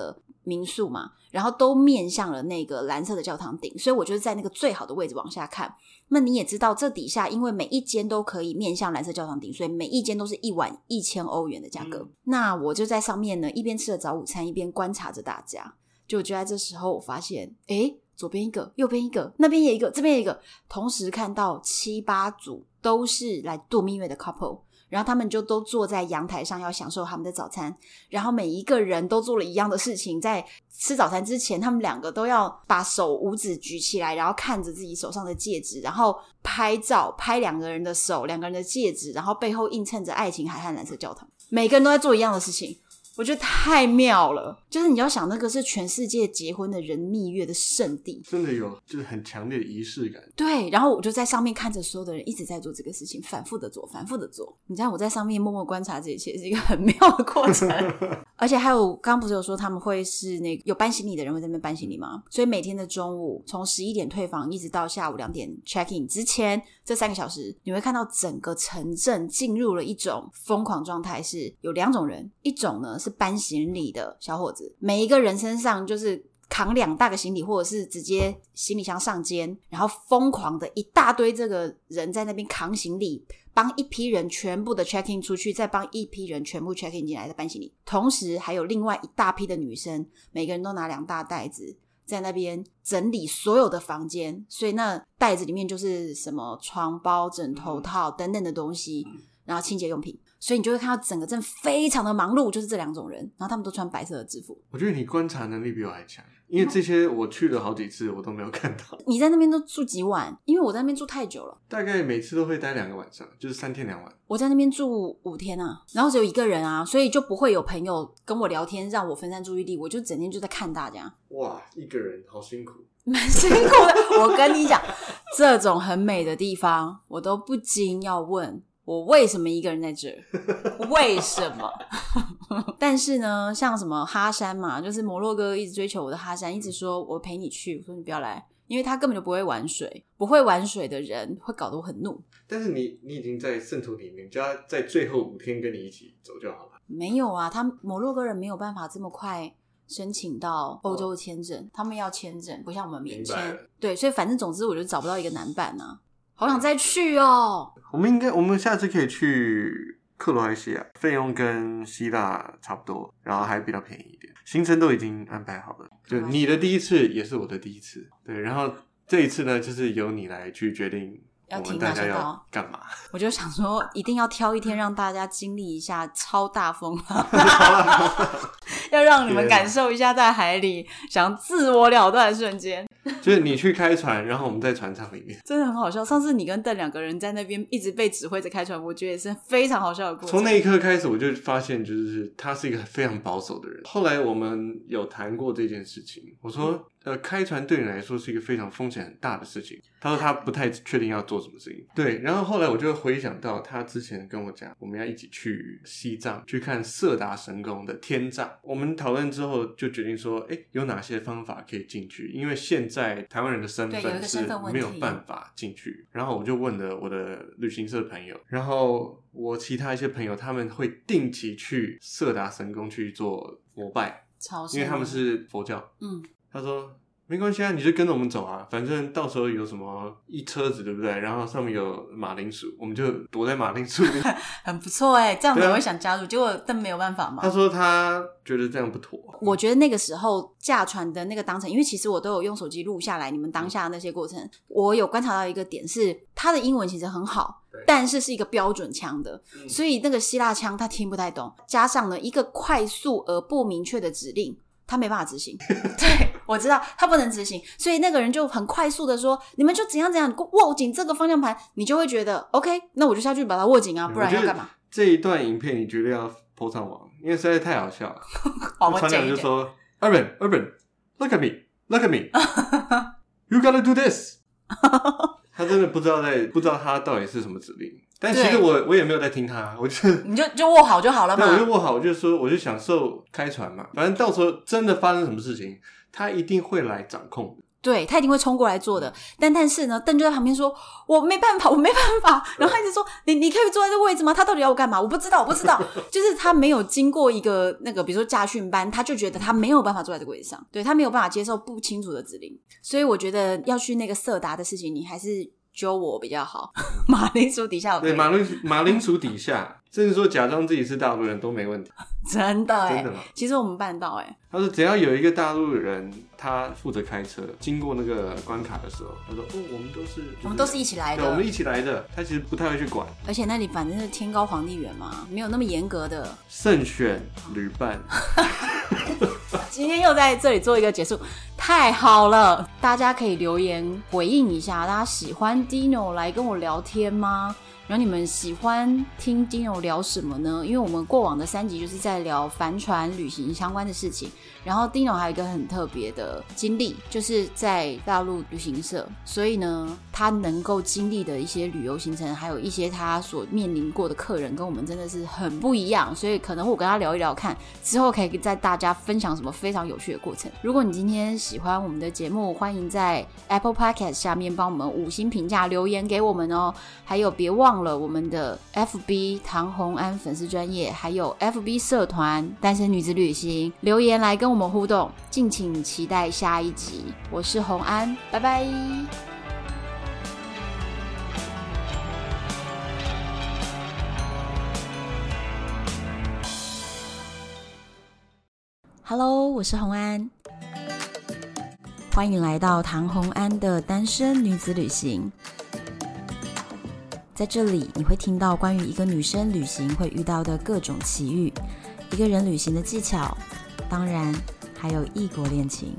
民宿嘛，然后都面向了那个蓝色的教堂顶，所以我就是在那个最好的位置往下看。那你也知道这底下因为每一间都可以面向蓝色教堂顶，所以每一间都是一晚一千欧元的价格、嗯、那我就在上面呢一边吃了早午餐一边观察着大家。就就在这时候我发现诶左边一个右边一个那边也一个这边也一个，同时看到七八组都是来度蜜月的 couple，然后他们就都坐在阳台上要享受他们的早餐，然后每一个人都做了一样的事情，在吃早餐之前他们两个都要把手五指举起来，然后看着自己手上的戒指，然后拍照拍两个人的手两个人的戒指，然后背后映衬着爱琴海和蓝色教堂，每个人都在做一样的事情，我觉得太妙了。就是你要想那个是全世界结婚的人蜜月的圣地， 真的有就是很强烈的仪式感。 对，然后我就在上面看着所有的人一直在做这个事情，反复的做反复的做。你知道我在上面默默观察这一切是一个很妙的过程而且还有刚刚不是有说他们会是那个有搬行李的人会在那边搬行李吗？所以每天的中午从十一点退房一直到下午两点 check in 之前这三个小时，你会看到整个城镇进入了一种疯狂状态，是有两种人，一种呢是搬行李的小伙子，每一个人身上就是扛两大个行李或者是直接行李箱上肩，然后疯狂的一大堆这个人在那边扛行李，帮一批人全部的 check in 出去，再帮一批人全部 check in 进来再搬行李。同时还有另外一大批的女生，每个人都拿两大袋子在那边整理所有的房间，所以那袋子里面就是什么床包枕头套等等的东西，然后清洁用品，所以你就会看到整个镇非常的忙碌，就是这两种人，然后他们都穿白色的制服。 我觉得你观察能力比我还强，因为这些我去了好几次我都没有看到。 你在那边都住几晚？因为我在那边住太久了， 大概每次都会待两个晚上，就是三天两晚。 我在那边住五天啊，然后只有一个人啊，所以就不会有朋友跟我聊天让我分散注意力，我就整天就在看大家。 哇，一个人好辛苦， 蛮辛苦的。我跟你讲，这种很美的地方我都不禁要问我为什么一个人在这儿为什么但是呢像什么哈山嘛，就是摩洛哥一直追求我的哈山一直说我陪你去，我说你不要来，因为他根本就不会玩水，不会玩水的人会搞得我很怒。 但是你你已经在圣徒里面，就要在最后五天跟你一起走就好了。 没有啊，他摩洛哥人没有办法这么快申请到欧洲的签证、哦、他们要签证，不像我们免签。对，所以反正总之我就找不到一个男伴啊，好想再去哦。 我们应该我们下次可以去克罗埃西亚，费用跟希腊差不多，然后还比较便宜一点，行程都已经安排好了，就你的第一次也是我的第一次。对，然后这一次呢就是由你来去决定我们大家要干嘛。 我就想说一定要挑一天让大家经历一下超大风要让你们感受一下在海里想自我了断的瞬间。 就是你去开船，然后我们在船舱里面， 真的很好笑。上次你跟邓两个人在那边一直被指挥着开船，我觉得也是非常好笑的过程。 从那一刻开始我就发现就是他是一个非常保守的人。后来我们有谈过这件事情，我说呃，开船对你来说是一个非常风险很大的事情。他说他不太确定要做什么事情。对，然后后来我就回想到他之前跟我讲我们要一起去西藏去看色达神宫的天葬。我们讨论之后就决定说诶有哪些方法可以进去，因为现在台湾人的身份是没有办法进去。然后我就问了我的旅行社的朋友，然后我其他一些朋友他们会定期去色达神宫去做膜拜，因为他们是佛教。嗯，他说没关系啊，你就跟着我们走啊，反正到时候有什么一车子对不对，然后上面有马铃薯，我们就躲在马铃薯里很不错耶，这样子我会想加入、啊、结果但没有办法嘛。 他说他觉得这样不妥。 我觉得那个时候驾船的那个当程，因为其实我都有用手机录下来你们当下的那些过程、嗯、我有观察到一个点是他的英文其实很好，但是是一个标准腔的、嗯、所以那个希腊腔他听不太懂，加上呢一个快速而不明确的指令他没办法执行对，我知道他不能执行，所以那个人就很快速的说你们就怎样怎样握紧这个方向盘，你就会觉得 OK 那我就下去把它握紧啊，不然要干嘛。 这一段影片你绝对要 po 上网，因为实在太好笑了好我船长就说 Urban Urban Look at me Look at me You gotta do this 他真的不知道在不知道他到底是什么指令，但其实我我也没有在听他，我就你就就握好就好了嘛。 对，我就握好，我就说我就享受开船嘛，反正到时候真的发生什么事情他一定会来掌控。 对，他一定会冲过来坐的。但但是呢，邓就在旁边说：“我没办法，我没办法。”然后他一直说：“你你可以坐在这个位置吗？”他到底要我干嘛？我不知道，我不知道。就是他没有经过一个那个，比如说驾训班，他就觉得他没有办法坐在这个位置上，对他没有办法接受不清楚的指令。所以我觉得要去那个色达的事情，你还是揪我比较好。马铃薯底下我可以， 对，马铃马铃薯底下，甚至说假装自己是大陆人都没问题。 真的哎、欸， 真的吗？ 其实我们办到哎、欸。 他说只要有一个大陆人，他负责开车，经过那个关卡的时候，他说：“哦，我们都是，就是、 我们都是一起来的， 对，我们一起来的。”他其实不太会去管， 而且那里反正是天高皇帝远嘛，没有那么严格的。 慎选旅伴。 今天又在这里做一个结束，太好了！大家可以留言回应一下，大家喜欢 Dino 来跟我聊天吗？然后你们喜欢听 Dino 聊什么呢？因为我们过往的三集就是在聊帆船旅行相关的事情，然后 Dino 还有一个很特别的经历，就是在大陆旅行社，所以呢他能够经历的一些旅游行程，还有一些他所面临过的客人跟我们真的是很不一样，所以可能我跟他聊一聊看，之后可以在大家分享什么非常有趣的过程。如果你今天喜欢我们的节目，欢迎在 Apple Podcast 下面帮我们五星评价留言给我们哦，还有别忘了我们的 F B 唐红安粉丝专页，还有 F B 社团单身女子旅行，留言来跟我们互动，敬请期待下一集。我是红安，拜拜。Hello， 我是红安，欢迎来到唐红安的单身女子旅行。在这里你会听到关于一个女生旅行会遇到的各种奇遇，一个人旅行的技巧，当然还有异国恋情。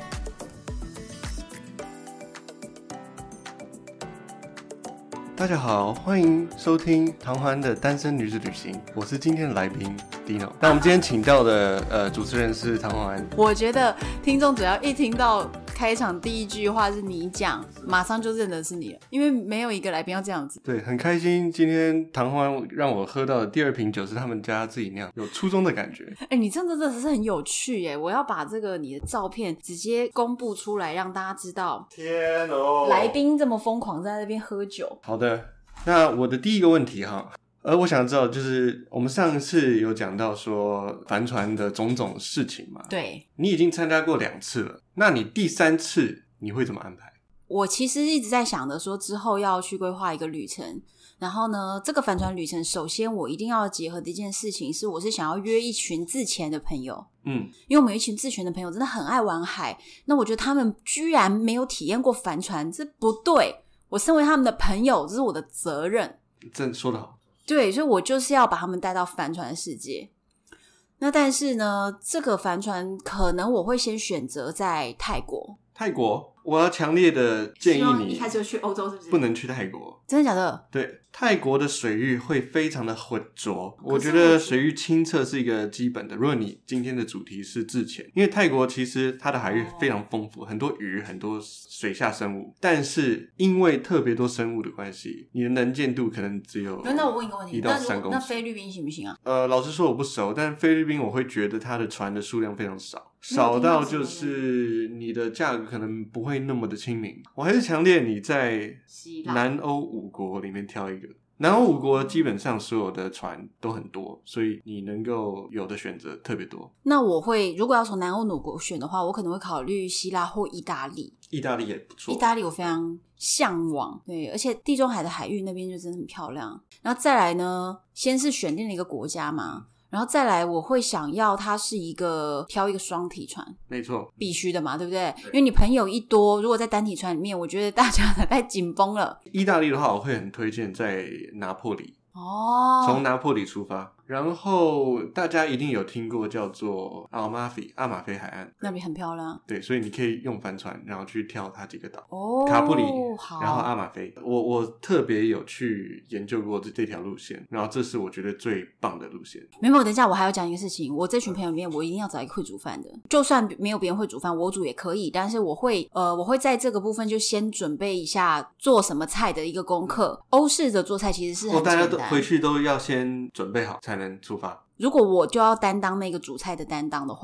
大家好，欢迎收听唐欢的单身女子旅行，我是今天的来宾 Dino。那我们今天请到的呃主持人是唐欢。 我觉得听众只要一听到开场第一句话是你讲，马上就认得是你了，因为没有一个来宾要这样子。 对，很开心今天唐欢让我喝到的第二瓶酒是他们家自己酿，有初衷的感觉。 哎、欸，你真的真的是很有趣耶！我要把这个你的照片直接公布出来，让大家知道。 天哦， 来宾这么疯狂在那边喝酒。 好的，那我的第一个问题哈。而我想知道，就是我们上次有讲到说帆船的种种事情嘛， 对， 你已经参加过两次了，那你第三次你会怎么安排？ 我其实一直在想的说之后要去规划一个旅程，然后呢这个帆船旅程首先我一定要结合的一件事情是，我是想要约一群自潜的朋友。嗯，因为我们有一群自潜的朋友真的很爱玩海，那我觉得他们居然没有体验过帆船，这不对，我身为他们的朋友，这是我的责任。 真说得好。 对，所以我就是要把他们带到帆船的世界。那但是呢，这个帆船可能我会先选择在泰国。 泰国，我要强烈的建议你， 一开始就去欧洲是不是？ 不能去泰国。 真的假的？ 对，泰国的水域会非常的浑浊，我觉得水域清澈是一个基本的。如果你今天的主题是自潜，因为泰国其实它的海域非常丰富，很多鱼，很多水下生物，但是因为特别多生物的关系，你的能见度可能只有那我问一个问题， 一到三公尺。 那菲律宾行不行啊？ 呃，老实说我不熟，但菲律宾我会觉得它的船的数量非常少，少到就是你的价格可能不会那么的亲民。我还是强烈你在南欧五国里面挑一个。南欧五国基本上所有的船都很多，所以你能够有的选择特别多。 那我会如果要从南欧五国选的话，我可能会考虑希腊或意大利。 意大利也不错， 意大利我非常向往，对，而且地中海的海域那边就真的很漂亮。然后再来呢，先是选定了一个国家嘛，然后再来我会想要它是一个挑一个双体船， 没错， 必须的嘛，对不对？因为你朋友一多，如果在单体船里面，我觉得大家太紧绷了。 意大利的话，我会很推荐在拿坡里哦， 从拿坡里出发，然后大家一定有听过叫做阿马菲阿马菲海岸， 那边很漂亮。 对，所以你可以用帆船，然后去跳它几个岛， 哦， 卡布里， 好， 然后阿马菲。我我特别有去研究过这这条路线，然后这是我觉得最棒的路线。 没有，等一下我还要讲一个事情，我这群朋友里面，我一定要找一个会煮饭的，就算没有别人会煮饭，我煮也可以，但是我会呃，我会在这个部分就先准备一下做什么菜的一个功课。欧式的做菜其实是很简单， 哦，大家都回去都要先准备好才能出发。 如果我就要担当那个煮菜的担当的话，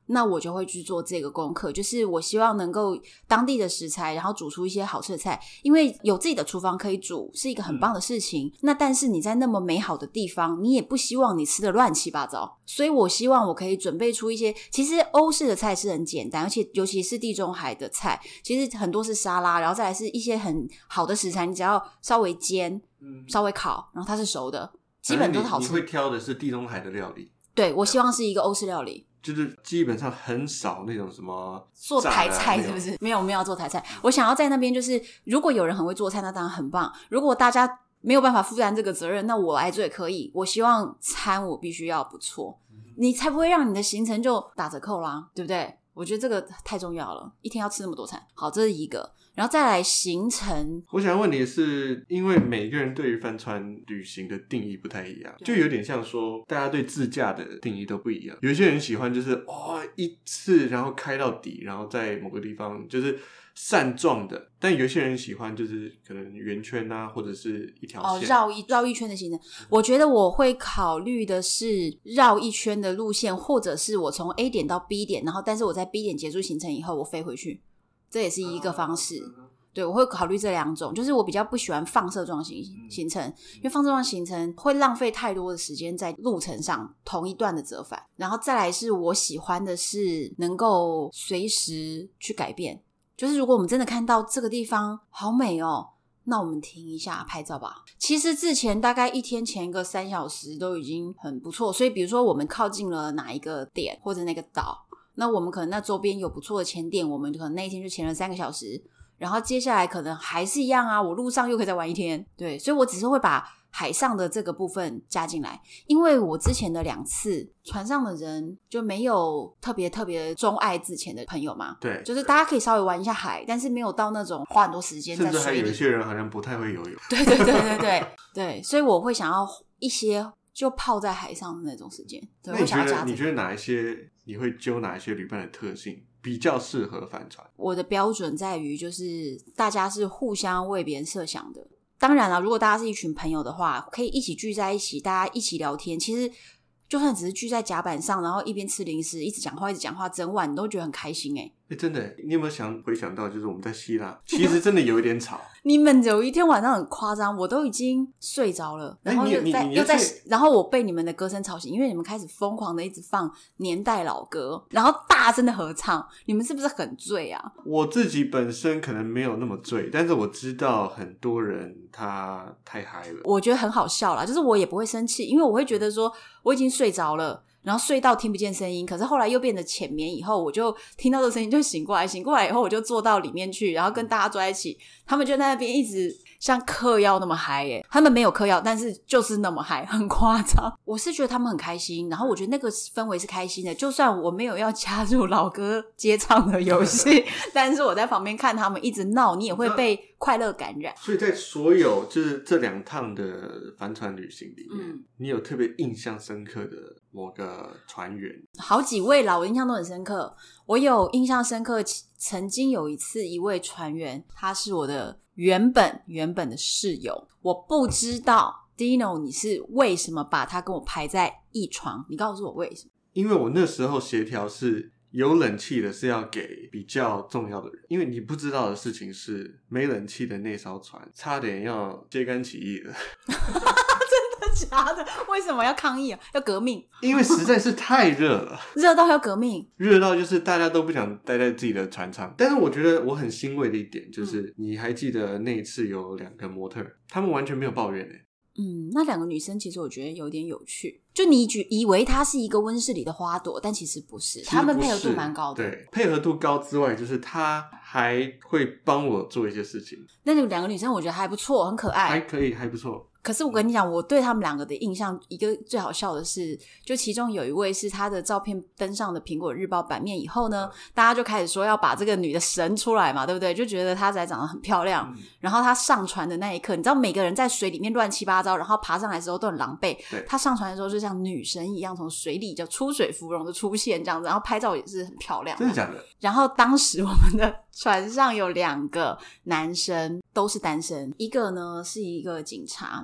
那我就会去做这个功课，就是我希望能够当地的食材，然后煮出一些好吃的菜，因为有自己的厨房可以煮是一个很棒的事情、嗯、那但是你在那么美好的地方，你也不希望你吃的乱七八糟，所以我希望我可以准备出一些，其实欧式的菜是很简单，而且尤其是地中海的菜其实很多是沙拉，然后再来是一些很好的食材，你只要稍微煎、嗯、稍微烤，然后它是熟的，基本都是好吃。 你, 你会挑的是地中海的料理？ 对，我希望是一个欧式料理， 就是基本上很少那种什么做台菜，是不是？没有没有要做台菜，我想要在那边就是如果有人很会做菜那当然很棒，如果大家没有办法负担这个责任，那我来做也可以，我希望餐我必须要不错、嗯、你才不会让你的行程就打折扣啦，对不对？我觉得这个太重要了，一天要吃那么多餐。好，这是一个，然后再来行程。 我想问你是因为每个人对于帆船旅行的定义不太一样，就有点像说大家对自驾的定义都不一样，有些人喜欢就是哦一次然后开到底，然后在某个地方就是扇状的，但有些人喜欢就是可能圆圈啊，或者是一条线、 哦、绕一绕一圈的行程。我觉得我会考虑的是绕一圈的路线，或者是我从 A 点到 B 点，然后但是我在 B 点结束行程以后我飞回去，这也是一个方式、啊、对，我会考虑这两种，就是我比较不喜欢放射状行行程、嗯、因为放射状行程会浪费太多的时间在路程上同一段的折返，然后再来是我喜欢的是能够随时去改变，就是如果我们真的看到这个地方好美哦，那我们停一下拍照吧。其实之前大概一天前一个三小时都已经很不错，所以比如说我们靠近了哪一个点或者那个岛，那我们可能那周边有不错的潜点，我们可能那一天就潜了三个小时，然后接下来可能还是一样啊，我路上又可以再玩一天。对，所以我只是会把海上的这个部分加进来，因为我之前的两次船上的人就没有特别特别钟爱自潜的朋友嘛， 对， 就是大家可以稍微玩一下海，但是没有到那种花很多时间在水里， 甚至还有一些人好像不太会游泳。 对对对对对对，所以我会想要一些就泡在海上的那种时间。对， 那你觉得我想要加这个。 你觉得哪一些你会揪哪一些旅伴的特性比较适合帆船？ 我的标准在于就是大家是互相为别人设想的。当然了，如果大家是一群朋友的话，可以一起聚在一起，大家一起聊天，其实就算只是聚在甲板上，然后一边吃零食一直讲话一直讲话，整晚你都觉得很开心耶。 欸，真的，你有没有想回想到就是我们在希腊其实真的有一点吵你们有一天晚上很夸张，我都已经睡着了，然后又在、欸、又在然后我被你们的歌声吵醒，因为你们开始疯狂的一直放年代老歌，然后大声的合唱，你们是不是很醉啊？ 我自己本身可能没有那么醉，但是我知道很多人他太嗨了， 我觉得很好笑啦，就是我也不会生气，因为我会觉得说我已经睡着了，然后睡到听不见声音，可是后来又变得浅眠以后，我就听到这声音就醒过来，醒过来以后我就坐到里面去，然后跟大家坐在一起，他们就在那边一直像嗑药那么嗨耶，他们没有嗑药，但是就是那么嗨，很夸张。我是觉得他们很开心，然后我觉得那个氛围是开心的，就算我没有要加入老歌接唱的游戏但是我在旁边看他们一直闹，你也会被快乐感染。 所以在所有就是这两趟的帆船旅行里面、嗯、你有特别印象深刻的某个船员？ 好几位啦，我印象都很深刻。我有印象深刻，曾经有一次一位船员，他是我的原本原本的室友，我不知道 Dino 你是为什么把他跟我排在一床，你告诉我为什么？ 因为我那时候协调是有冷气的是要给比较重要的人，因为你不知道的事情是没冷气的那艘船差点要揭竿起义了假的？为什么要抗议啊？要革命？ 因为实在是太热了热到要革命， 热到就是大家都不想待在自己的船舱。但是我觉得我很欣慰的一点就是、嗯、你还记得那一次有两个模特，他们完全没有抱怨耶。 嗯，那两个女生其实我觉得有点有趣，就你以为她是一个温室里的花朵，但其实不是，她们配合度蛮高的。 对，配合度高之外，就是她还会帮我做一些事情。 那两个女生我觉得还不错，很可爱， 还可以，还不错。 可是我跟你讲，我对他们两个的印象，一个最好笑的是，就其中有一位是他的照片登上的苹果日报版面以后呢，大家就开始说要把这个女的神出来嘛，对不对？就觉得她才长得很漂亮、嗯、然后她上船的那一刻，你知道每个人在水里面乱七八糟，然后爬上来的时候都很狼狈，她上船的时候就像女神一样从水里就出水芙蓉的出现这样子，然后拍照也是很漂亮。 真的假的？ 然后当时我们的船上有两个男生都是单身，一个呢是一个警察，然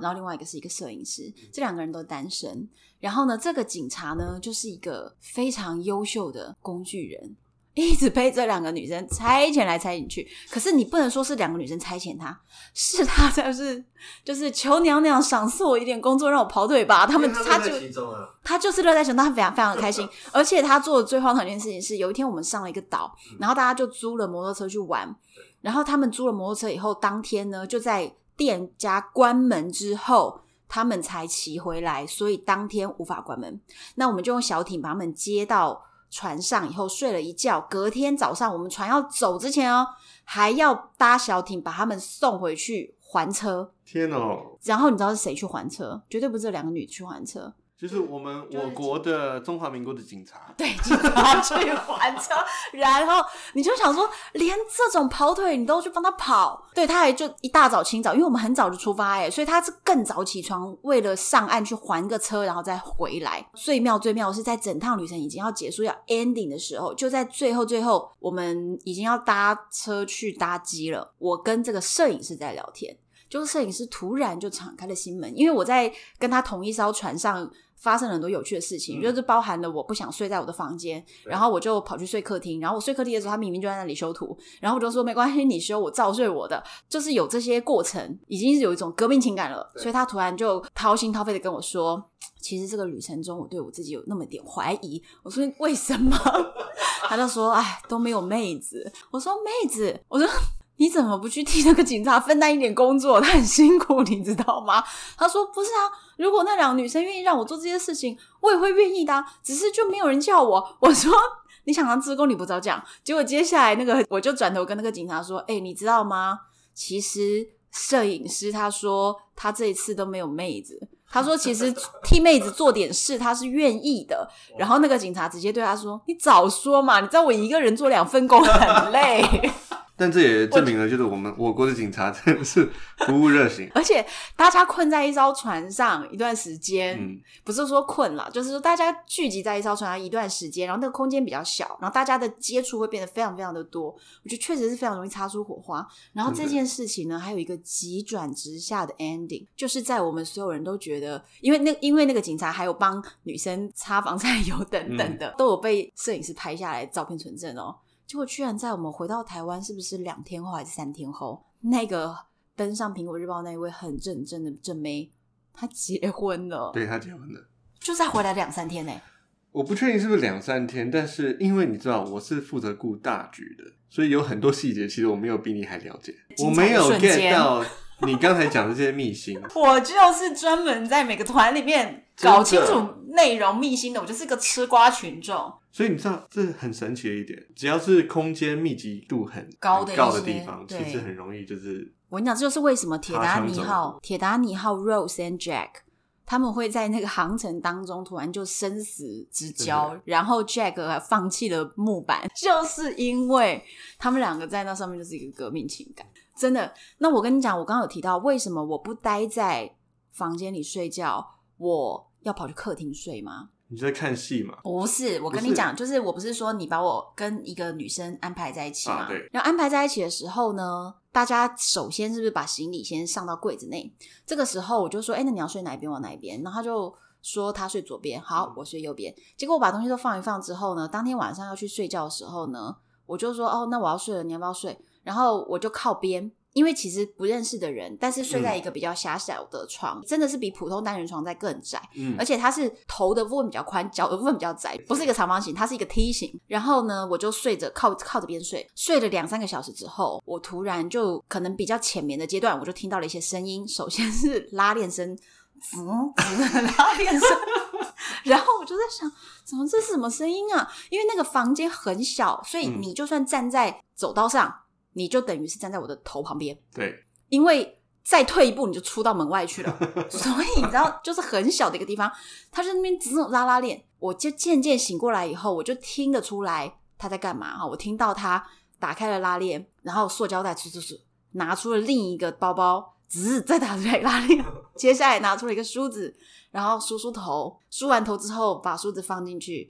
然后另外一个是一个摄影师，这两个人都单身。然后呢，这个警察呢就是一个非常优秀的工具人，一直被这两个女生差遣来差遣去。可是你不能说是两个女生差遣他，是他就是就是求娘娘赏赐我一点工作，让我跑腿吧。他们他就他就是乐在其中，他非常非常的开心。而且他做的最荒唐的一件事情是，有一天我们上了一个岛，然后大家就租了摩托车去玩。然后他们租了摩托车以后，当天呢就在店家关门之后他们才骑回来，所以当天无法关门。那我们就用小艇把他们接到船上以后睡了一觉，隔天早上我们船要走之前哦，还要搭小艇把他们送回去还车。 天哦！然后你知道是谁去还车？绝对不是这两个女的去还车， 就是我们我国的中华民国的警察。 对，警察去还车。然后你就想说，连这种跑腿你都去帮他跑。对，他还就一大早清早，因为我们很早就出发耶，所以他是更早起床，为了上岸去还个车然后再回来。最妙最妙的是在整趟旅程已经要结束要 ending 的时候，就在最后最后我们已经要搭车去搭机了，我跟这个摄影师在聊天，就是摄影师突然就敞开了心门，因为我在跟他同一艘船上发生了很多有趣的事情、嗯、就是包含了我不想睡在我的房间，然后我就跑去睡客厅，然后我睡客厅的时候他明明就在那里修图，然后我就说没关系你修我照睡我的，就是有这些过程已经是有一种革命情感了。所以他突然就掏心掏肺的跟我说，其实这个旅程中我对我自己有那么点怀疑。我说为什么？他就说哎，都没有妹子。我说妹子，我说你怎么不去替那个警察分担一点工作，他很辛苦你知道吗？他说不是啊，如果那两个女生愿意让我做这些事情我也会愿意的、啊、只是就没有人叫我。我说你想当志工你不早讲。结果接下来那个我就转头跟那个警察说，哎、欸，你知道吗，其实摄影师他说他这一次都没有妹子，他说其实替妹子做点事他是愿意的。然后那个警察直接对他说，你早说嘛，你知道我一个人做两份工很累。 但这也证明了就是我们我国的警察真的是服务热心。 而且大家困在一艘船上一段时间、嗯、不是说困啦，就是说大家聚集在一艘船上一段时间，然后那个空间比较小，然后大家的接触会变得非常非常的多，我觉得确实是非常容易擦出火花。然后这件事情呢还有一个急转直下的 ending， 就是在我们所有人都觉得因为那因为那个警察还有帮女生擦防晒油等等的、嗯、都有被摄影师拍下来照片存证哦。结果居然在我们回到台湾是不是两天后还是三天后，那个登上苹果日报那一位很正正的正妹她结婚了。 对，她结婚了， 就再回来两三天耶。 我不确定是不是两三天，但是因为你知道我是负责顾大局的，所以有很多细节其实我没有比你还了解，我没有 get 到你刚才讲的这些秘辛。 我就是专门在每个团里面搞清楚内容秘辛的，我就是个吃瓜群众。 所以你知道这很神奇的一点，只要是空间密集度很高的, 很高的地方，其实很容易就是我跟你讲，这就是为什么铁达尼号铁达尼号 Rose and Jack 他们会在那个航程当中突然就生死之交，然后 Jack 放弃了木板，就是因为他们两个在那上面就是一个革命情感，真的。那我跟你讲，我刚刚有提到为什么我不待在房间里睡觉，我要跑去客厅睡吗？ 你在看戏吗？ 不是，我跟你讲，就是我不是说你把我跟一个女生安排在一起嘛、啊、 对。 然后安排在一起的时候呢，大家首先是不是把行李先上到柜子内？这个时候我就说，哎、欸，那你要睡哪一边往哪一边？然后他就说他睡左边，好，我睡右边。结果我把东西都放一放之后呢，当天晚上要去睡觉的时候呢，我就说，哦，那我要睡了，你要不要睡？然后我就靠边。因为其实不认识的人，但是睡在一个比较狭小的床、嗯、真的是比普通单人床再更窄、嗯、而且它是头的部分比较宽，脚的部分比较窄，不是一个长方形，它是一个梯形。然后呢我就睡着靠靠着边睡，睡了两三个小时之后，我突然就可能比较浅眠的阶段，我就听到了一些声音，首先是拉链声，滋滋的拉链声然后我就在想，怎么这是什么声音啊？因为那个房间很小，所以你就算站在走道上、嗯，你就等于是站在我的头旁边， 对， 因为再退一步你就出到门外去了所以你知道就是很小的一个地方，他在那边只有拉拉链。我就渐渐醒过来以后，我就听得出来他在干嘛。我听到他打开了拉链，然后塑胶袋出出出拿出了另一个包包，滋再打出来拉链接下来拿出了一个梳子，然后梳梳头，梳完头之后把梳子放进去，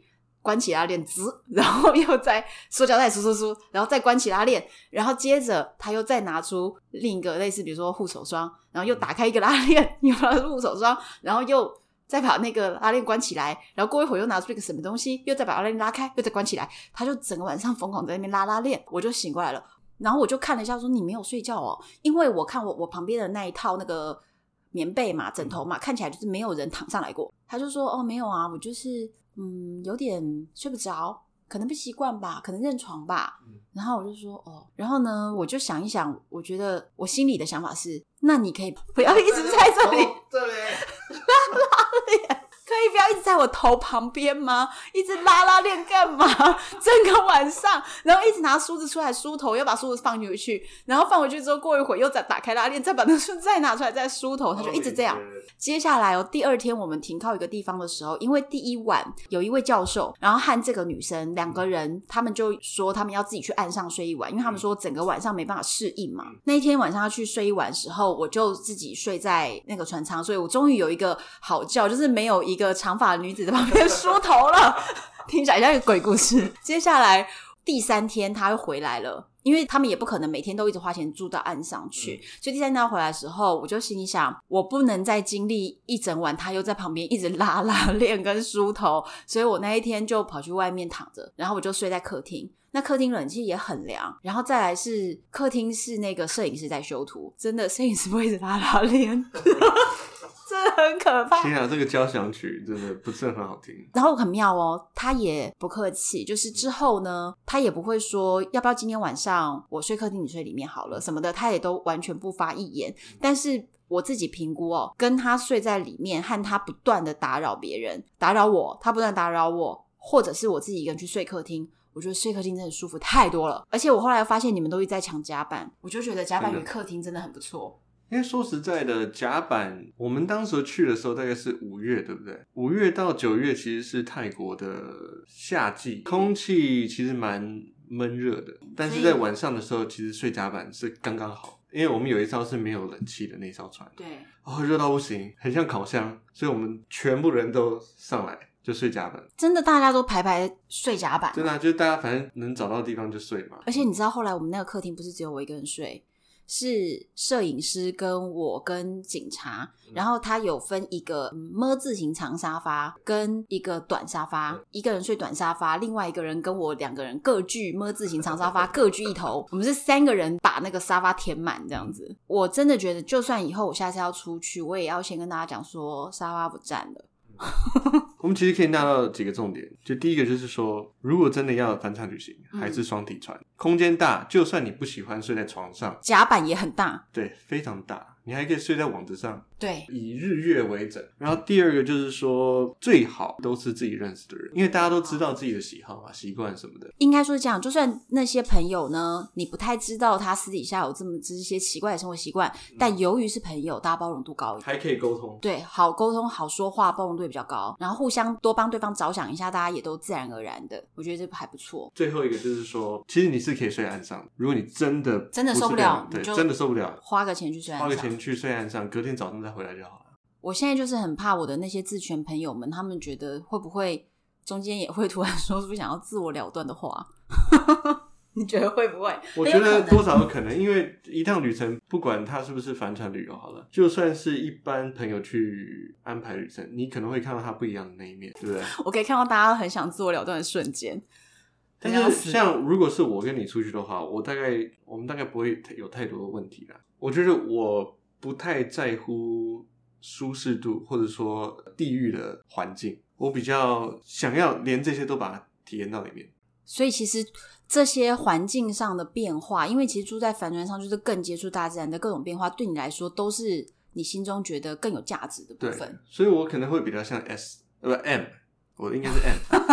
关起拉链滋，然后又再塑胶袋输输输，然后再关起拉链，然后接着他又再拿出另一个类似比如说护手霜，然后又打开一个拉链又拿出护手霜，然后又再把那个拉链关起来，然后过一会儿又拿出一个什么东西，又再把拉链拉开又再关起来，他就整个晚上疯狂在那边拉拉链。我就醒过来了，然后我就看了一下说你没有睡觉哦，因为我看我我旁边的那一套那个棉被嘛枕头嘛看起来就是没有人躺上来过。他就说哦没有啊，我就是嗯有点睡不着，可能不习惯吧，可能认床吧、嗯、然后我就说哦，然后呢我就想一想，我觉得我心里的想法是那你可以不要一直在这里这里拉拉链，可以不要一直在我头旁边吗？一直拉拉链干嘛？整个晚上然后一直拿梳子出来梳头，又把梳子放回去，然后放回去之后过一会儿又再打开拉链，再把那梳子再拿出来再梳头，他就一直这样、oh, 接下来哦，第二天我们停靠一个地方的时候，因为第一晚有一位教授然后和这个女生两个人，他们就说他们要自己去岸上睡一晚，因为他们说整个晚上没办法适应嘛。那一天晚上要去睡一晚的时候，我就自己睡在那个船舱，所以我终于有一个好觉，就是没有一个长发的女子在旁边梳头了听起来像一个鬼故事。接下来第三天他又回来了，因为他们也不可能每天都一直花钱住到岸上去、嗯、所以第三天他回来的时候，我就心里想我不能再经历一整晚他又在旁边一直拉拉链跟梳头，所以我那一天就跑去外面躺着，然后我就睡在客厅。那客厅冷气也很凉，然后再来是客厅是那个摄影师在修图，真的摄影师不会一直拉拉链真的很可怕。 天啊，这个交响曲真的不是很好听。 然后很妙哦，他也不客气，就是之后呢他也不会说要不要今天晚上我睡客厅你睡里面好了什么的，他也都完全不发一言。但是我自己评估哦，跟他睡在里面和他不断的打扰别人，打扰我，他不断打扰我，或者是我自己一个人去睡客厅，我觉得睡客厅真的舒服太多了。而且我后来发现你们都一直在抢甲板，我就觉得甲板与客厅真的很不错。 因为说实在的，甲板我们当时去的时候大概是五月，对不对？五月到九月其实是泰国的夏季，空气其实蛮闷热的，但是在晚上的时候其实睡甲板是刚刚好。因为我们有一艘是没有冷气的那艘船， 对， 哦，热到不行，很像烤箱，所以我们全部人都上来就睡甲板。 真的大家都排排睡甲板， 真的、啊、就是大家反正能找到地方就睡嘛。 而且你知道后来我们那个客厅不是只有我一个人睡，是摄影师跟我跟警察，然后他有分一个么字形长沙发跟一个短沙发，一个人睡短沙发，另外一个人跟我两个人各据么字形长沙发各据一头，我们是三个人把那个沙发填满这样子。我真的觉得就算以后我下次要出去，我也要先跟大家讲说沙发不占了我们其实可以拿到几个重点，就第一个就是说，如果真的要帆船旅行还是双体船、嗯、空间大，就算你不喜欢睡在床上， 甲板也很大， 对，非常大，你还可以睡在网子上， 对， 以日月为枕。然后第二个就是说，最好都是自己认识的人，因为大家都知道自己的喜好嘛、习惯什么的。 应该说是这样，就算那些朋友呢，你不太知道他私底下有这么这些奇怪的生活习惯、嗯、但由于是朋友，大家包容度高一点， 还可以沟通， 对，好沟通好说话，包容度也比较高，然后互相多帮对方着想一下，大家也都自然而然的，我觉得这还不错。 最后一个就是说，其实你是可以睡岸上，如果你真的真的受不了， 对，真的受不了， 花个钱去睡岸上， 花个钱去睡岸上，隔天早上再回来就好了。 我现在就是很怕我的那些自权朋友们，他们觉得会不会中间也会突然说出想要自我了断的话你觉得会不会？ 我觉得多少有可能，因为一趟旅程不管它是不是帆船旅游好了，就算是一般朋友去安排旅程，你可能会看到它不一样的那一面，对不对？ 我可以看到大家很想自我了断的瞬间。 但是像如果是我跟你出去的话，我大概我们大概不会有太多的问题啦。我觉得我不太在乎舒适度或者说地域的环境，我比较想要连这些都把它体验到里面。 所以其实这些环境上的变化，因为其实住在帆船上就是更接触大自然的各种变化，对你来说都是你心中觉得更有价值的部分。对， 所以我可能会比较像 S 呃不 M， 我应该是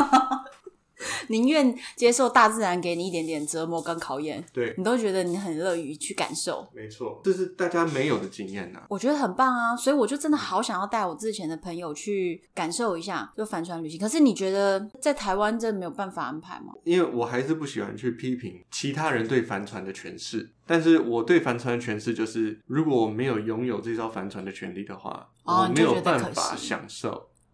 M 宁愿接受大自然给你一点点折磨跟考验， 对， 你都觉得你很乐于去感受。 没错，这是大家没有的经验啊， 我觉得很棒啊，所以我就真的好想要带我之前的朋友去感受一下就帆船旅行。可是你觉得在台湾真的没有办法安排吗？ 因为我还是不喜欢去批评其他人对帆船的诠释，但是我对帆船的诠释就是，如果我没有拥有这艘帆船的权利的话、哦、我没有办法享受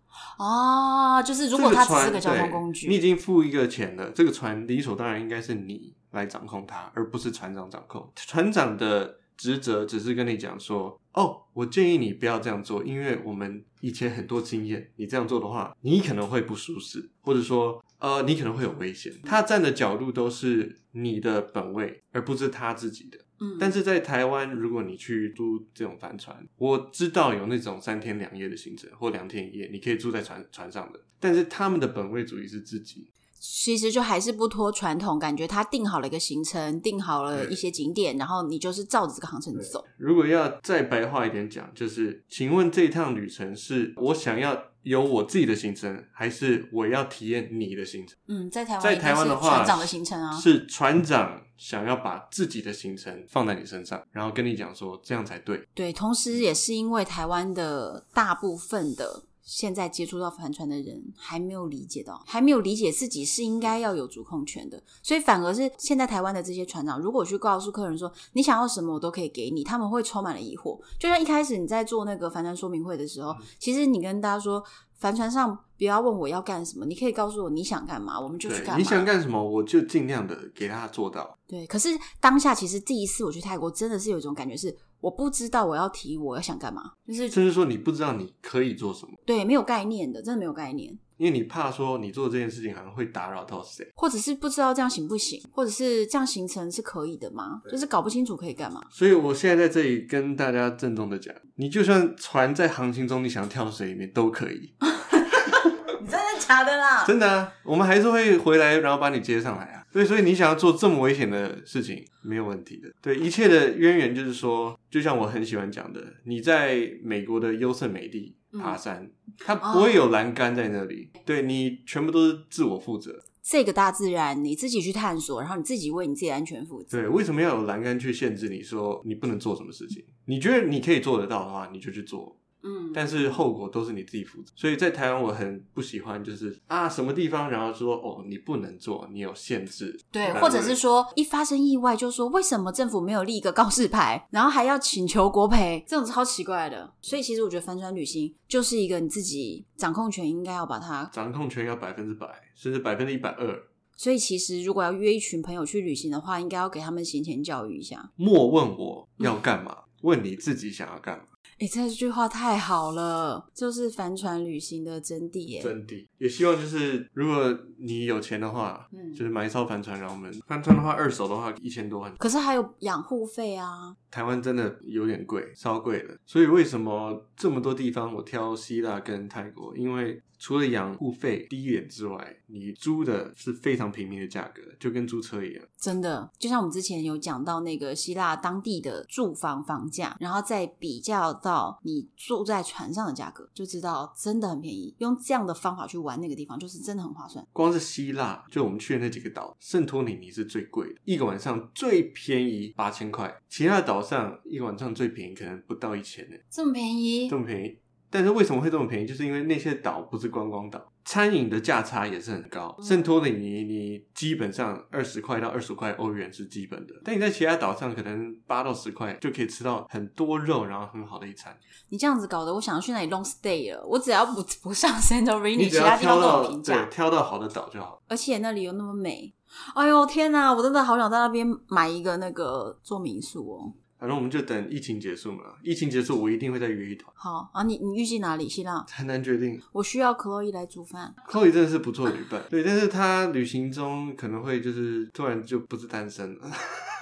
哦，就是如果它只是个交通工具， 你已经付一个钱了，这个船理所当然应该是你来掌控它，而不是船长掌控。船长的职责只是跟你讲说，哦，我建议你不要这样做，因为我们以前很多经验，你这样做的话你可能会不舒适，或者说呃，你可能会有危险。他站的角度都是你的本位，而不是他自己的。嗯，但是在台湾，如果你去租这种帆船，我知道有那种三天两夜的行程或两天一夜，你可以住在船船上的，但是他们的本位主义是自己。 其实就还是不脱传统，感觉他定好了一个行程，定好了一些景点，然后你就是照着这个航程走。 如果要再白话一点讲，就是请问这一趟旅程是我想要有我自己的行程，还是我要体验你的行程？嗯， 在台湾在台湾的话， 船长的行程啊， 是船长想要把自己的行程放在你身上，然后跟你讲说这样才对。 对，同时也是因为台湾的大部分的现在接触到帆船的人还没有理解到，还没有理解自己是应该要有主控权的，所以反而是现在台湾的这些船长，如果去告诉客人说你想要什么我都可以给你，他们会充满了疑惑。就像一开始你在做那个帆船说明会的时候，其实你跟大家说帆船上不要问我要干什么，你可以告诉我你想干嘛，我们就去干嘛。 你想干什么我就尽量的给他做到。 对，可是当下其实第一次我去泰国真的是有一种感觉是我不知道我要提我要想干嘛，就是甚至说你不知道你可以做什么。 对，没有概念的，真的没有概念。 因为你怕说你做这件事情好像会打扰到谁， 或者是不知道这样行不行，或者是这样行程是可以的吗？就是搞不清楚可以干嘛。 所以我现在在这里跟大家郑重的讲，你就算船在航行中你想跳水里面都可以。 你真的假的啦？ 真的啊，我们还是会回来然后把你接上来啊。对，所以你想要做这么危险的事情没有问题的。对，一切的渊源就是说，就像我很喜欢讲的，你在美国的优胜美地爬山、嗯、它不会有栏杆在那里、哦、对，你全部都是自我负责， 这个大自然你自己去探索，然后你自己为你自己的安全负责。 对，为什么要有栏杆去限制你说你不能做什么事情？你觉得你可以做得到的话你就去做，嗯，但是后果都是你自己负责。所以在台湾我很不喜欢就是啊什么地方然后说哦你不能做，你有限制。 对，或者是说一发生意外就说为什么政府没有立一个告示牌，然后还要请求国赔，这种超奇怪的。所以其实我觉得帆船旅行就是一个你自己掌控权应该要把它掌控权要百分之百甚至百分之一百二。 所以其实如果要约一群朋友去旅行的话，应该要给他们行前教育一下。 莫问我要干嘛、嗯、问你自己想要干嘛。 欸，这句话太好了，就是帆船旅行的真谛耶。 真谛，也希望就是如果你有钱的话、嗯、就是买一艘帆船，然后我们帆船的话二手的话一千多万， 可是还有养护费啊。 台湾真的有点贵，超贵的。所以为什么这么多地方我挑希腊跟泰国，因为除了养护费低一点之外，你租的是非常平民的价格，就跟租车一样。 真的，就像我们之前有讲到那个希腊当地的住房房价，然后再比较到你住在船上的价格，就知道真的很便宜。用这样的方法去玩那个地方，就是真的很划算。 光是希腊，就我们去的那几个岛，圣托里尼是最贵的，一个晚上最便宜八千块，其他的岛上一个晚上最便宜可能不到一千呢。 这么便宜？ 这么便宜。但是为什么会这么便宜，就是因为那些岛不是观光岛，餐饮的价差也是很高。圣托里尼你基本上二十块到二十块欧元是基本的，但你在其他岛上可能八到十块就可以吃到很多肉，然后很好的一餐。 你这样子搞得我想要去那里 long stay 了，我只要不不上 Santorini 其他地方都有评价， 对，挑到好的岛就好， 而且那里又那么美。哎呦天哪，我真的好想在那边买一个那个做民宿哦。 反正我们就等疫情结束嘛，疫情结束我一定会再约一团。 好啊，你你预计哪里？希腊？ 很难决定。 我需要 Chloe 来煮饭。 Chloe 真的是不错的旅伴，对，但是他旅行中可能会就是突然就不是单身了。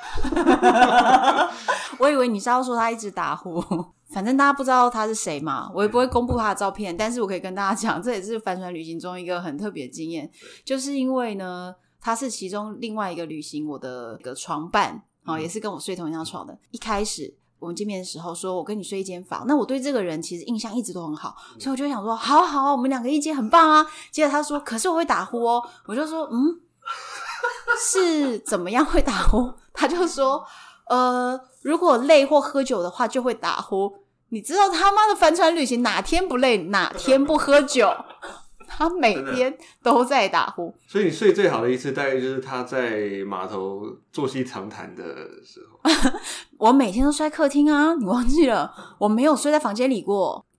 我以为你是要说他一直打呼。反正大家不知道他是谁嘛，我也不会公布他的照片，但是我可以跟大家讲，这也是帆船旅行中一个很特别的经验，就是因为呢他是其中另外一个旅行我的一个床伴、哦、也是跟我睡同一张床的。一开始我们见面的时候说我跟你睡一间房，那我对这个人其实印象一直都很好，所以我就想说好好我们两个一间很棒啊。接着他说可是我会打呼哦，我就说嗯是怎么样会打呼？他就说呃如果累或喝酒的话就会打呼。你知道他妈的帆船旅行哪天不累哪天不喝酒？他每天都在打呼。 所以你睡最好的一次大概就是他在码头坐席长谈的时候。 我每天都睡在客厅啊，你忘记了？我没有睡在房间里过。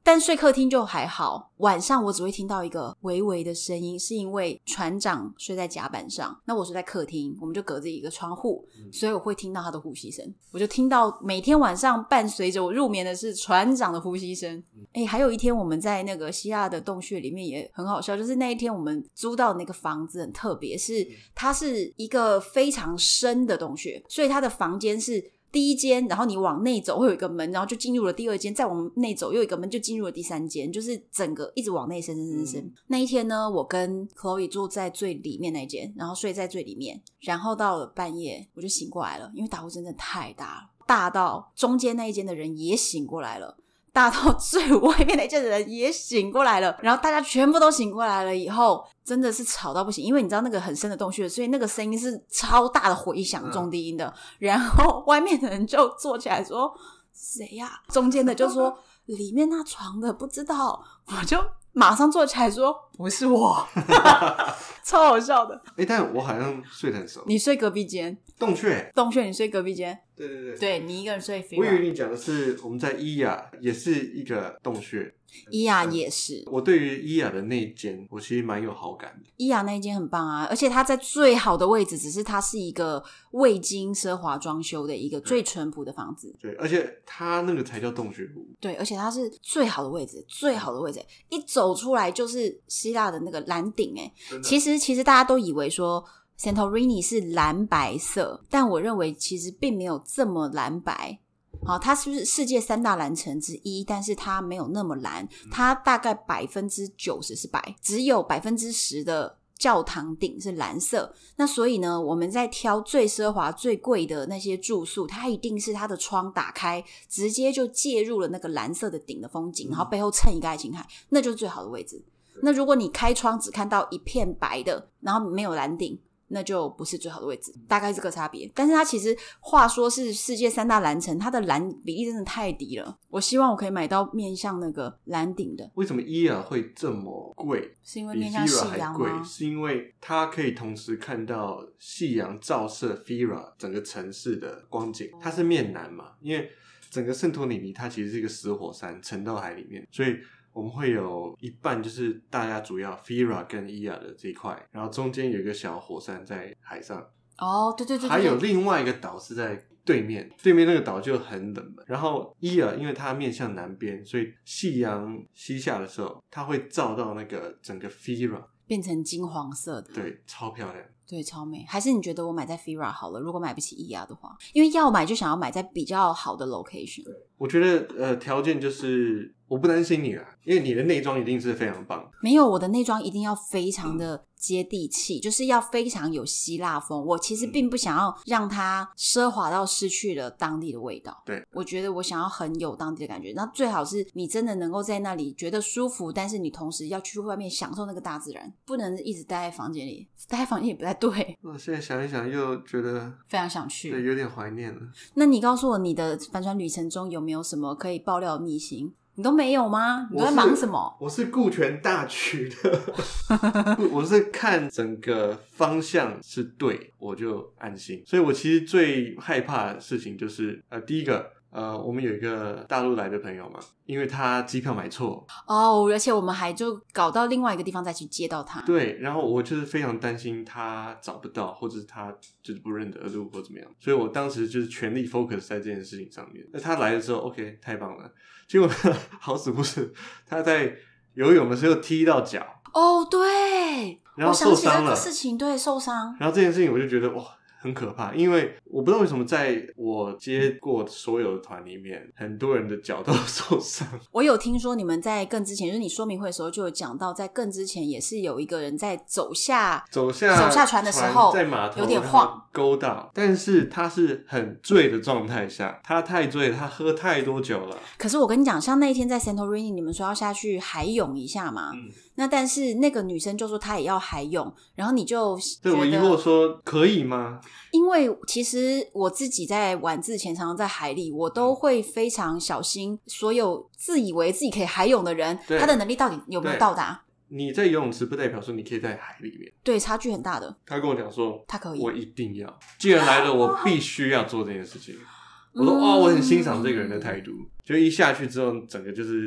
但睡客厅就还好，晚上我只会听到一个微微的声音，是因为船长睡在甲板上，那我睡在客厅，我们就隔着一个窗户，所以我会听到他的呼吸声，我就听到每天晚上伴随着我入眠的是船长的呼吸声。诶，还有一天我们在那个希腊的洞穴里面也很好笑，就是那一天我们租到的那个房子很特别，是它是一个非常深的洞穴，所以它的房间是第一间，然后你往内走会有一个门，然后就进入了第二间，再往内走又有一个门就进入了第三间，就是整个一直往内伸伸伸伸、嗯、那一天呢，我跟 Chloe 坐在最里面那一间，然后睡在最里面，然后到了半夜我就醒过来了，因为打呼声真的太大了，大到中间那一间的人也醒过来了，大到最外面那一间的人也醒过来了，然后大家全部都醒过来了以后，真的是吵到不行，因为你知道那个很深的洞穴，所以那个声音是超大的回响，中低音的、嗯、然后外面的人就坐起来说谁呀、啊、中间的就说里面那床的不知道，我就马上坐起来说不是我超好笑的。 欸，但我好像睡得很熟。 你睡隔壁间洞穴洞穴你睡隔壁间， 对对对， 对你一个人睡 Fira。 我以为你讲的是我们在伊雅也是一个洞穴， 伊雅也是。 我对于伊雅的那一间我其实蛮有好感的， 伊雅那一间很棒啊，而且它在最好的位置，只是它是一个未经奢华装修的一个最淳朴的房子。 对，而且它那个才叫洞穴屋。 对，而且它是最好的位置，最好的位置，一走出来就是希腊的那个蓝顶欸。其实其实大家都以为说Santorini 是蓝白色，但我认为其实并没有这么蓝白。好，它是不是世界三大蓝城之一？但是它没有那么蓝，它大概百分之九十是白，只有百分之十的教堂顶是蓝色。那所以呢，我们在挑最奢华、最贵的那些住宿，它一定是它的窗打开，直接就介入了那个蓝色的顶的风景，然后背后衬一个爱琴海，那就是最好的位置。那如果你开窗只看到一片白的，然后没有蓝顶，那就不是最好的位置，大概这个差别。但是它其实话说是世界三大蓝城，它的蓝比例真的太低了，我希望我可以买到面向那个蓝顶的。 为什么伊雅会这么贵？ 是因为面向夕阳吗？ 是因为它可以同时看到夕阳照射 Fira 整个城市的光景。它是面南嘛，因为整个圣托里尼它其实是一个死火山沉到海里面，所以我们会有一半就是大家主要 Fira 跟伊雅的这一块，然后中间有一个小火山在海上。 哦，对对 对, 对， 还有另外一个岛是在对面，对面那个岛就很冷门。然后伊雅因为它面向南边，所以夕阳西下的时候，它会照到那个整个 Fira 变成金黄色的， 对，超漂亮。 对，超美。还是你觉得我买在 Fira 好了，如果买不起伊雅的话，因为要买就想要买在比较好的 location。 我觉得呃，条件就是我不担心你啦，因为你的内装一定是非常棒。 没有，我的内装一定要非常的接地气、嗯、就是要非常有希腊风。我其实并不想要让它奢华到失去了当地的味道。对，我觉得我想要很有当地的感觉。那最好是你真的能够在那里觉得舒服，但是你同时要去外面享受那个大自然，不能一直待在房间里。待在房间也不太对。 我现在想一想又觉得非常想去， 对，有点怀念了。 那你告诉我，你的帆船旅程中有没有什么可以爆料的秘辛？你都没有吗？你都在忙什么？ 我是顾全大局的我是看整个方向是对我就安心。所以我其实最害怕的事情就是呃，第一个呃，我们有一个大陆来的朋友嘛，因为他机票买错哦，而且我们还就搞到另外一个地方再去接到他。 对，然后我就是非常担心他找不到，或者他就是不认得路或怎么样，所以我当时就是全力 focus 在这件事情上面。那他来的时候 OK 太棒了，结果呢好死不死他在游泳的时候踢到脚。 哦，对， 然后受伤了，我想起这个事情，对，受伤。 然后这件事情我就觉得哇很可怕，因为我不知道为什么在我接过所有的团里面，很多人的脚都受伤。 我有听说你们在更之前，就是你说明会的时候就有讲到，在更之前也是有一个人在走下走下走下船的时候， 在码头有点晃， 勾到，但是他是很醉的状态下，他太醉了，他喝太多酒了。 可是我跟你讲，像那一天在 Santorini 你们说要下去海泳一下嘛、嗯、那但是那个女生就说她也要海泳，然后你就对我疑惑说可以吗？ 因为其实我自己在晚自前常常在海里，我都会非常小心所有自以为自己可以海泳的人，他的能力到底有没有到达。 你在游泳池不代表说你可以在海里面， 对，差距很大的。 他跟我讲说他可以， 我一定要，既然来了我必须要做这件事情、嗯、我说哦，我很欣赏这个人的态度，就一下去之后整个就是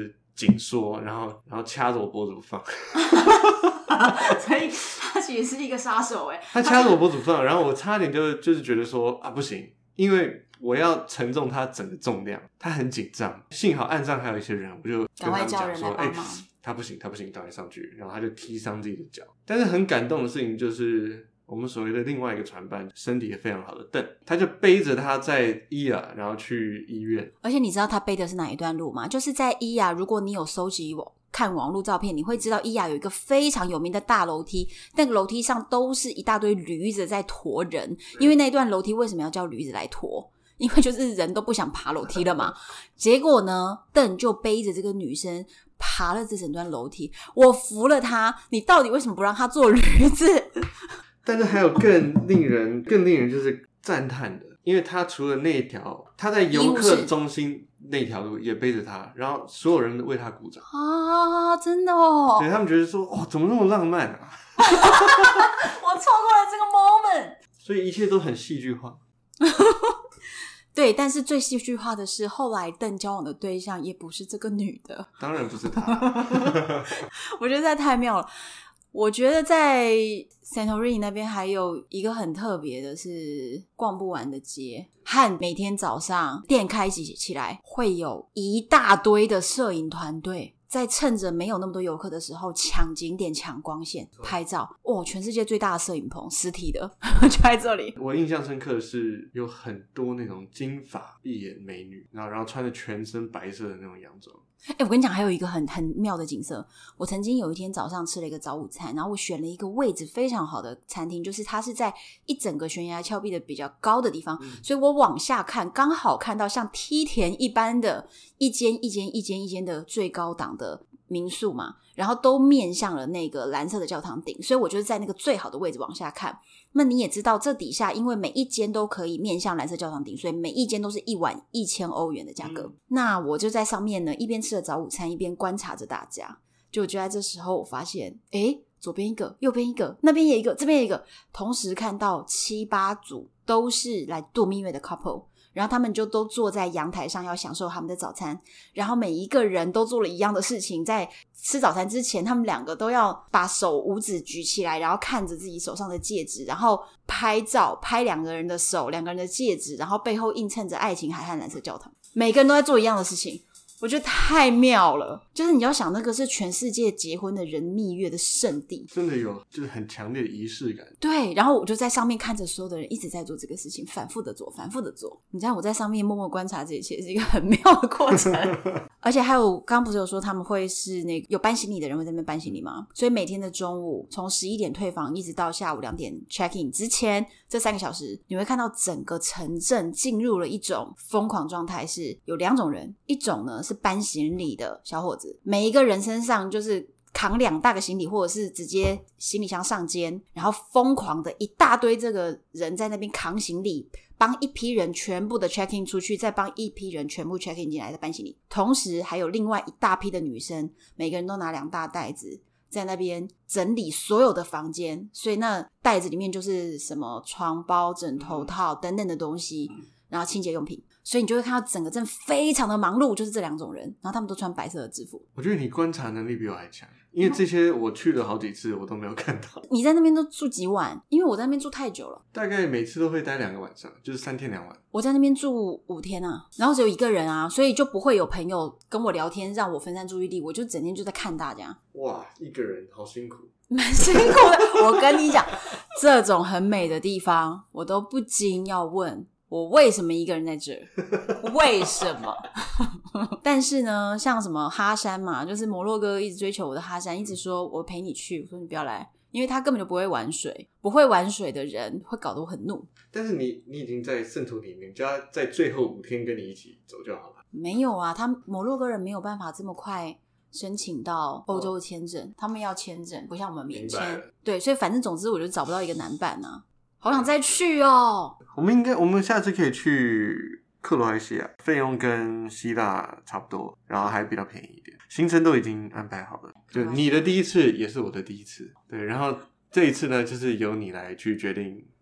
紧缩，然后然后掐着我脖子不放。 所以他其实是一个杀手哎， 他掐着我脖子不放，然后我差点就就是觉得说啊不行，因为我要承重他整个重量，他很紧张。幸好岸上还有一些人，我就跟他们讲说，哎、欸，他不行，他不行，赶快上去。然后他就踢伤自己的脚。但是很感动的事情就是，我们所谓的另外一个船伴，身体也非常好的邓，他就背着他在伊雅，然后去医院。 而且你知道他背的是哪一段路吗？就是在伊雅，如果你有收集我。看网络照片你会知道伊雅有一个非常有名的大楼梯，那个楼梯上都是一大堆驴子在驮人，因为那段楼梯为什么要叫驴子来驮？因为就是人都不想爬楼梯了嘛。结果呢，邓就背着这个女生爬了这整段楼梯，我服了他，你到底为什么不让他做驴子？ 但是还有更令人更令人就是赞叹的，因为他除了那一条，他在游客中心那条路也背着他，然后所有人为他鼓掌啊！真的哦， 对，他们觉得说，哦，怎么那么浪漫啊？ 我错过了这个 moment， 所以一切都很戏剧化。 对，但是最戏剧化的是，后来邓交往的对象也不是这个女的， 当然不是她。 我觉得这太妙了。我觉得在 Santorini 那边还有一个很特别的是逛不完的街，和每天早上店开启起来会有一大堆的摄影团队在趁着没有那么多游客的时候抢景点抢光线拍照。哦，全世界最大的摄影棚实体的就在这里。 我印象深刻的是有很多那种金发碧眼美女，然后然后穿着全身白色的那种洋装。 哎、欸，我跟你讲，还有一个很很妙的景色。我曾经有一天早上吃了一个早午餐，然后我选了一个位置非常好的餐厅，就是它是在一整个悬崖峭壁的比较高的地方，嗯、所以我往下看，刚好看到像梯田一般的一间一间一间一间的最高档的民宿嘛，然后都面向了那个蓝色的教堂顶，所以我就是在那个最好的位置往下看。那你也知道，这底下因为每一间都可以面向蓝色教堂顶，所以每一间都是一晚一千欧元的价格、嗯、那我就在上面呢，一边吃了早午餐一边观察着大家。就就在这时候我发现，诶，左边一个，右边一个，那边也一个，这边也一个，同时看到七八组都是来度蜜月的 couple，然后他们就都坐在阳台上要享受他们的早餐，然后每一个人都做了一样的事情。在吃早餐之前，他们两个都要把手五指举起来，然后看着自己手上的戒指，然后拍照，拍两个人的手，两个人的戒指，然后背后映衬着爱琴海和蓝色教堂。每个人都在做一样的事情，我觉得太妙了。就是你要想，那个是全世界结婚的人蜜月的圣地， 真的有就是很强烈的仪式感。 对，然后我就在上面看着所有的人一直在做这个事情，反复的做反复的做。你知道我在上面默默观察这一切是一个很妙的过程。而且还有刚刚不是有说他们会是那个有搬行李的人会在那边搬行李吗？所以每天的中午从十一点退房一直到下午两点 check in 之前这三个小时，你会看到整个城镇进入了一种疯狂状态。是有两种人，一种呢是搬行李的小伙子，每一个人身上就是扛两大个行李，或者是直接行李箱上肩，然后疯狂的一大堆这个人在那边扛行李，帮一批人全部的 check in 出去，再帮一批人全部 check in 进来再搬行李。同时还有另外一大批的女生，每个人都拿两大袋子在那边整理所有的房间，所以那袋子里面就是什么床包枕头套等等的东西，然后清洁用品。所以你就会看到整个镇非常的忙碌，就是这两种人，然后他们都穿白色的制服。 我觉得你观察能力比我还强，因为这些我去了好几次我都没有看到。 你在那边都住几晚？因为我在那边住太久了， 大概每次都会待两个晚上，就是三天两晚。 我在那边住五天啊，然后只有一个人啊，所以就不会有朋友跟我聊天让我分散注意力，我就整天就在看大家。 哇，一个人好辛苦， 蛮辛苦的。我跟你讲，这种很美的地方我都不禁要问，我为什么一个人在这？为什么？但是呢，像什么哈山嘛，就是摩洛哥一直追求我的哈山，一直说我陪你去，我说你不要来，因为他根本就不会玩水，不会玩水的人会搞得我很怒。 但是你你已经在圣徒里面，就要在最后五天跟你一起走就好了。 没有啊，他摩洛哥人没有办法这么快申请到欧洲的签证、哦、他们要签证，不像我们免签。对，所以反正总之我就找不到一个男伴啊。好想再去哦！ 我们应该，我们下次可以去克罗埃西亚，费用跟希腊差不多，然后还比较便宜一点，行程都已经安排好了。就你的第一次也是我的第一次，对，然后这一次呢，就是由你来去决定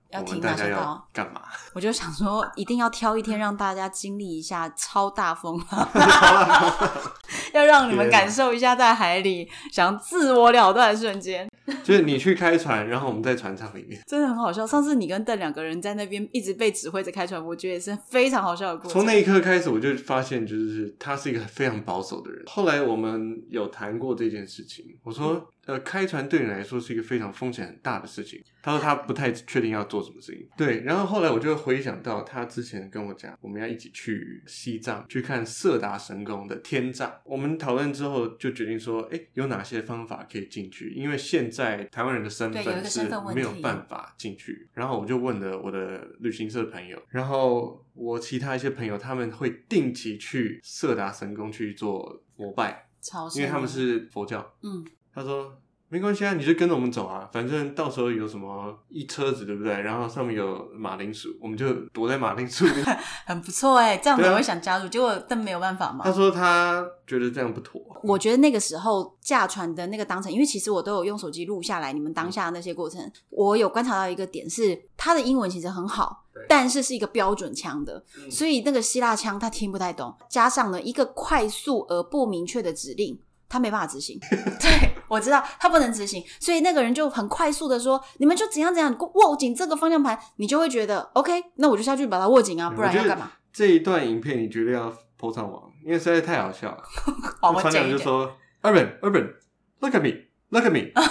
要我们听哪些大家要道？ 干嘛？ 我就想说，一定要挑一天让大家经历一下超大风浪，要让你们感受一下在海里想自我了断的瞬间。 就是你去开船，然后我们在船舱里面， 真的很好笑。上次你跟邓两个人在那边一直被指挥着开船，我觉得也是非常好笑的过程。 从那一刻开始，我就发现，就是他是一个非常保守的人。后来我们有谈过这件事情，我说，呃，开船对你来说是一个非常风险很大的事情。他说他不太确定要做什么事情。对，然后后来我就回想到他之前跟我讲，我们要一起去西藏去看色达神宫的天葬。我们讨论之后就决定说，哎，有哪些方法可以进去？因为现在台湾人的身份是没有办法进去。然后我就问了我的旅行社朋友，然后我其他一些朋友他们会定期去色达神宫去做膜拜，因为他们是佛教。 嗯， 他说没关系啊，你就跟着我们走啊，反正到时候有什么一车子对不对，然后上面有马铃薯，我们就躲在马铃薯里很不错耶，这样子我会想加入，结果但没有办法嘛。 他说他觉得这样不妥。 我觉得那个时候驾船的那个当程，因为其实我都有用手机录下来你们当下的那些过程，我有观察到一个点是他的英文其实很好，但是是一个标准腔的， 嗯， 所以那个希腊腔他听不太懂，加上了一个快速而不明确的指令，他没办法执行。对，我知道他不能执行，所以那个人就很快速的说，你们就怎样怎样握紧这个方向盘，你就会觉得 OK， 那我就下去把它握紧啊，不然要干嘛？ 这一段影片你绝对要 po 上网，因为实在太好笑了。 好，我船长就说 Urban Urban Look at me Look at me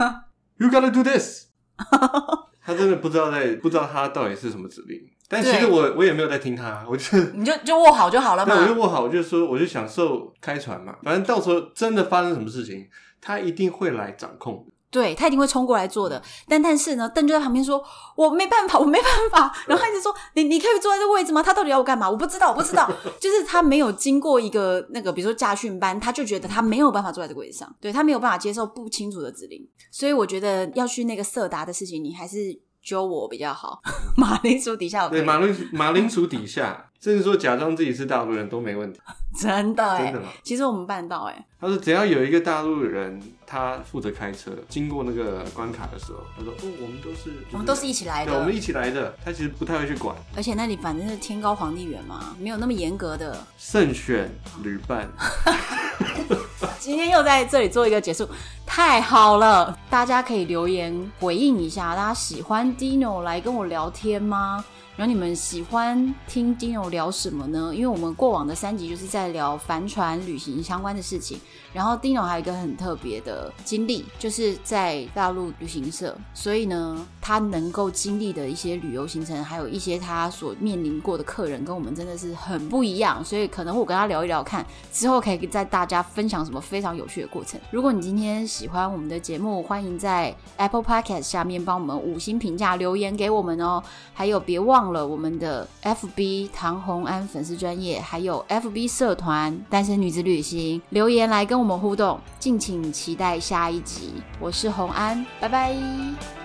You gotta do this 他真的不知道在不知道他到底是什么指令，但其实我我也没有在听他，我就你就就握好就好了嘛。 对，我就握好，我就说我就享受开船嘛，反正到时候真的发生什么事情，他一定会来掌控的。 对，他一定会冲过来做的，但但是呢，邓就在旁边说我没办法我没办法，然后他一直说你你可以坐在这个位置吗？他到底要我干嘛？我不知道我不知道就是他没有经过一个那个比如说驾训班，他就觉得他没有办法坐在这个位置上，对，他没有办法接受不清楚的指令，所以我觉得要去那个色达的事情，你还是揪我比较好。马铃薯底下我可以， 对，马铃马铃薯底下甚至说假装自己是大陆人都没问题。 真的耶， 真的吗？ 其实我们办到耶。 他说只要有一个大陆人他负责开车经过那个关卡的时候，他说哦我们都是、就是、 我们都是一起来的， 对，我们一起来的，他其实不太会去管， 而且那里反正是天高皇帝远嘛，没有那么严格的。 慎选旅伴。 今天又在这里做一个结束，太好了，大家可以留言回应一下，大家喜欢 Dino 来跟我聊天吗？然后你们喜欢听 Dino 聊什么呢？因为我们过往的三集就是在聊帆船旅行相关的事情，然后 Dino 还有一个很特别的经历，就是在大陆旅行社，所以呢他能够经历的一些旅游行程，还有一些他所面临过的客人跟我们真的是很不一样，所以可能我跟他聊一聊看，之后可以在大家分享什么非常有趣的过程。如果你今天喜欢我们的节目，欢迎在 Apple Podcast 下面帮我们五星评价留言给我们哦，还有别忘了我们的 F B 唐红安粉丝专页，还有 F B 社团单身女子旅行，留言来跟我们互动，敬请期待下一集。我是红安，拜拜。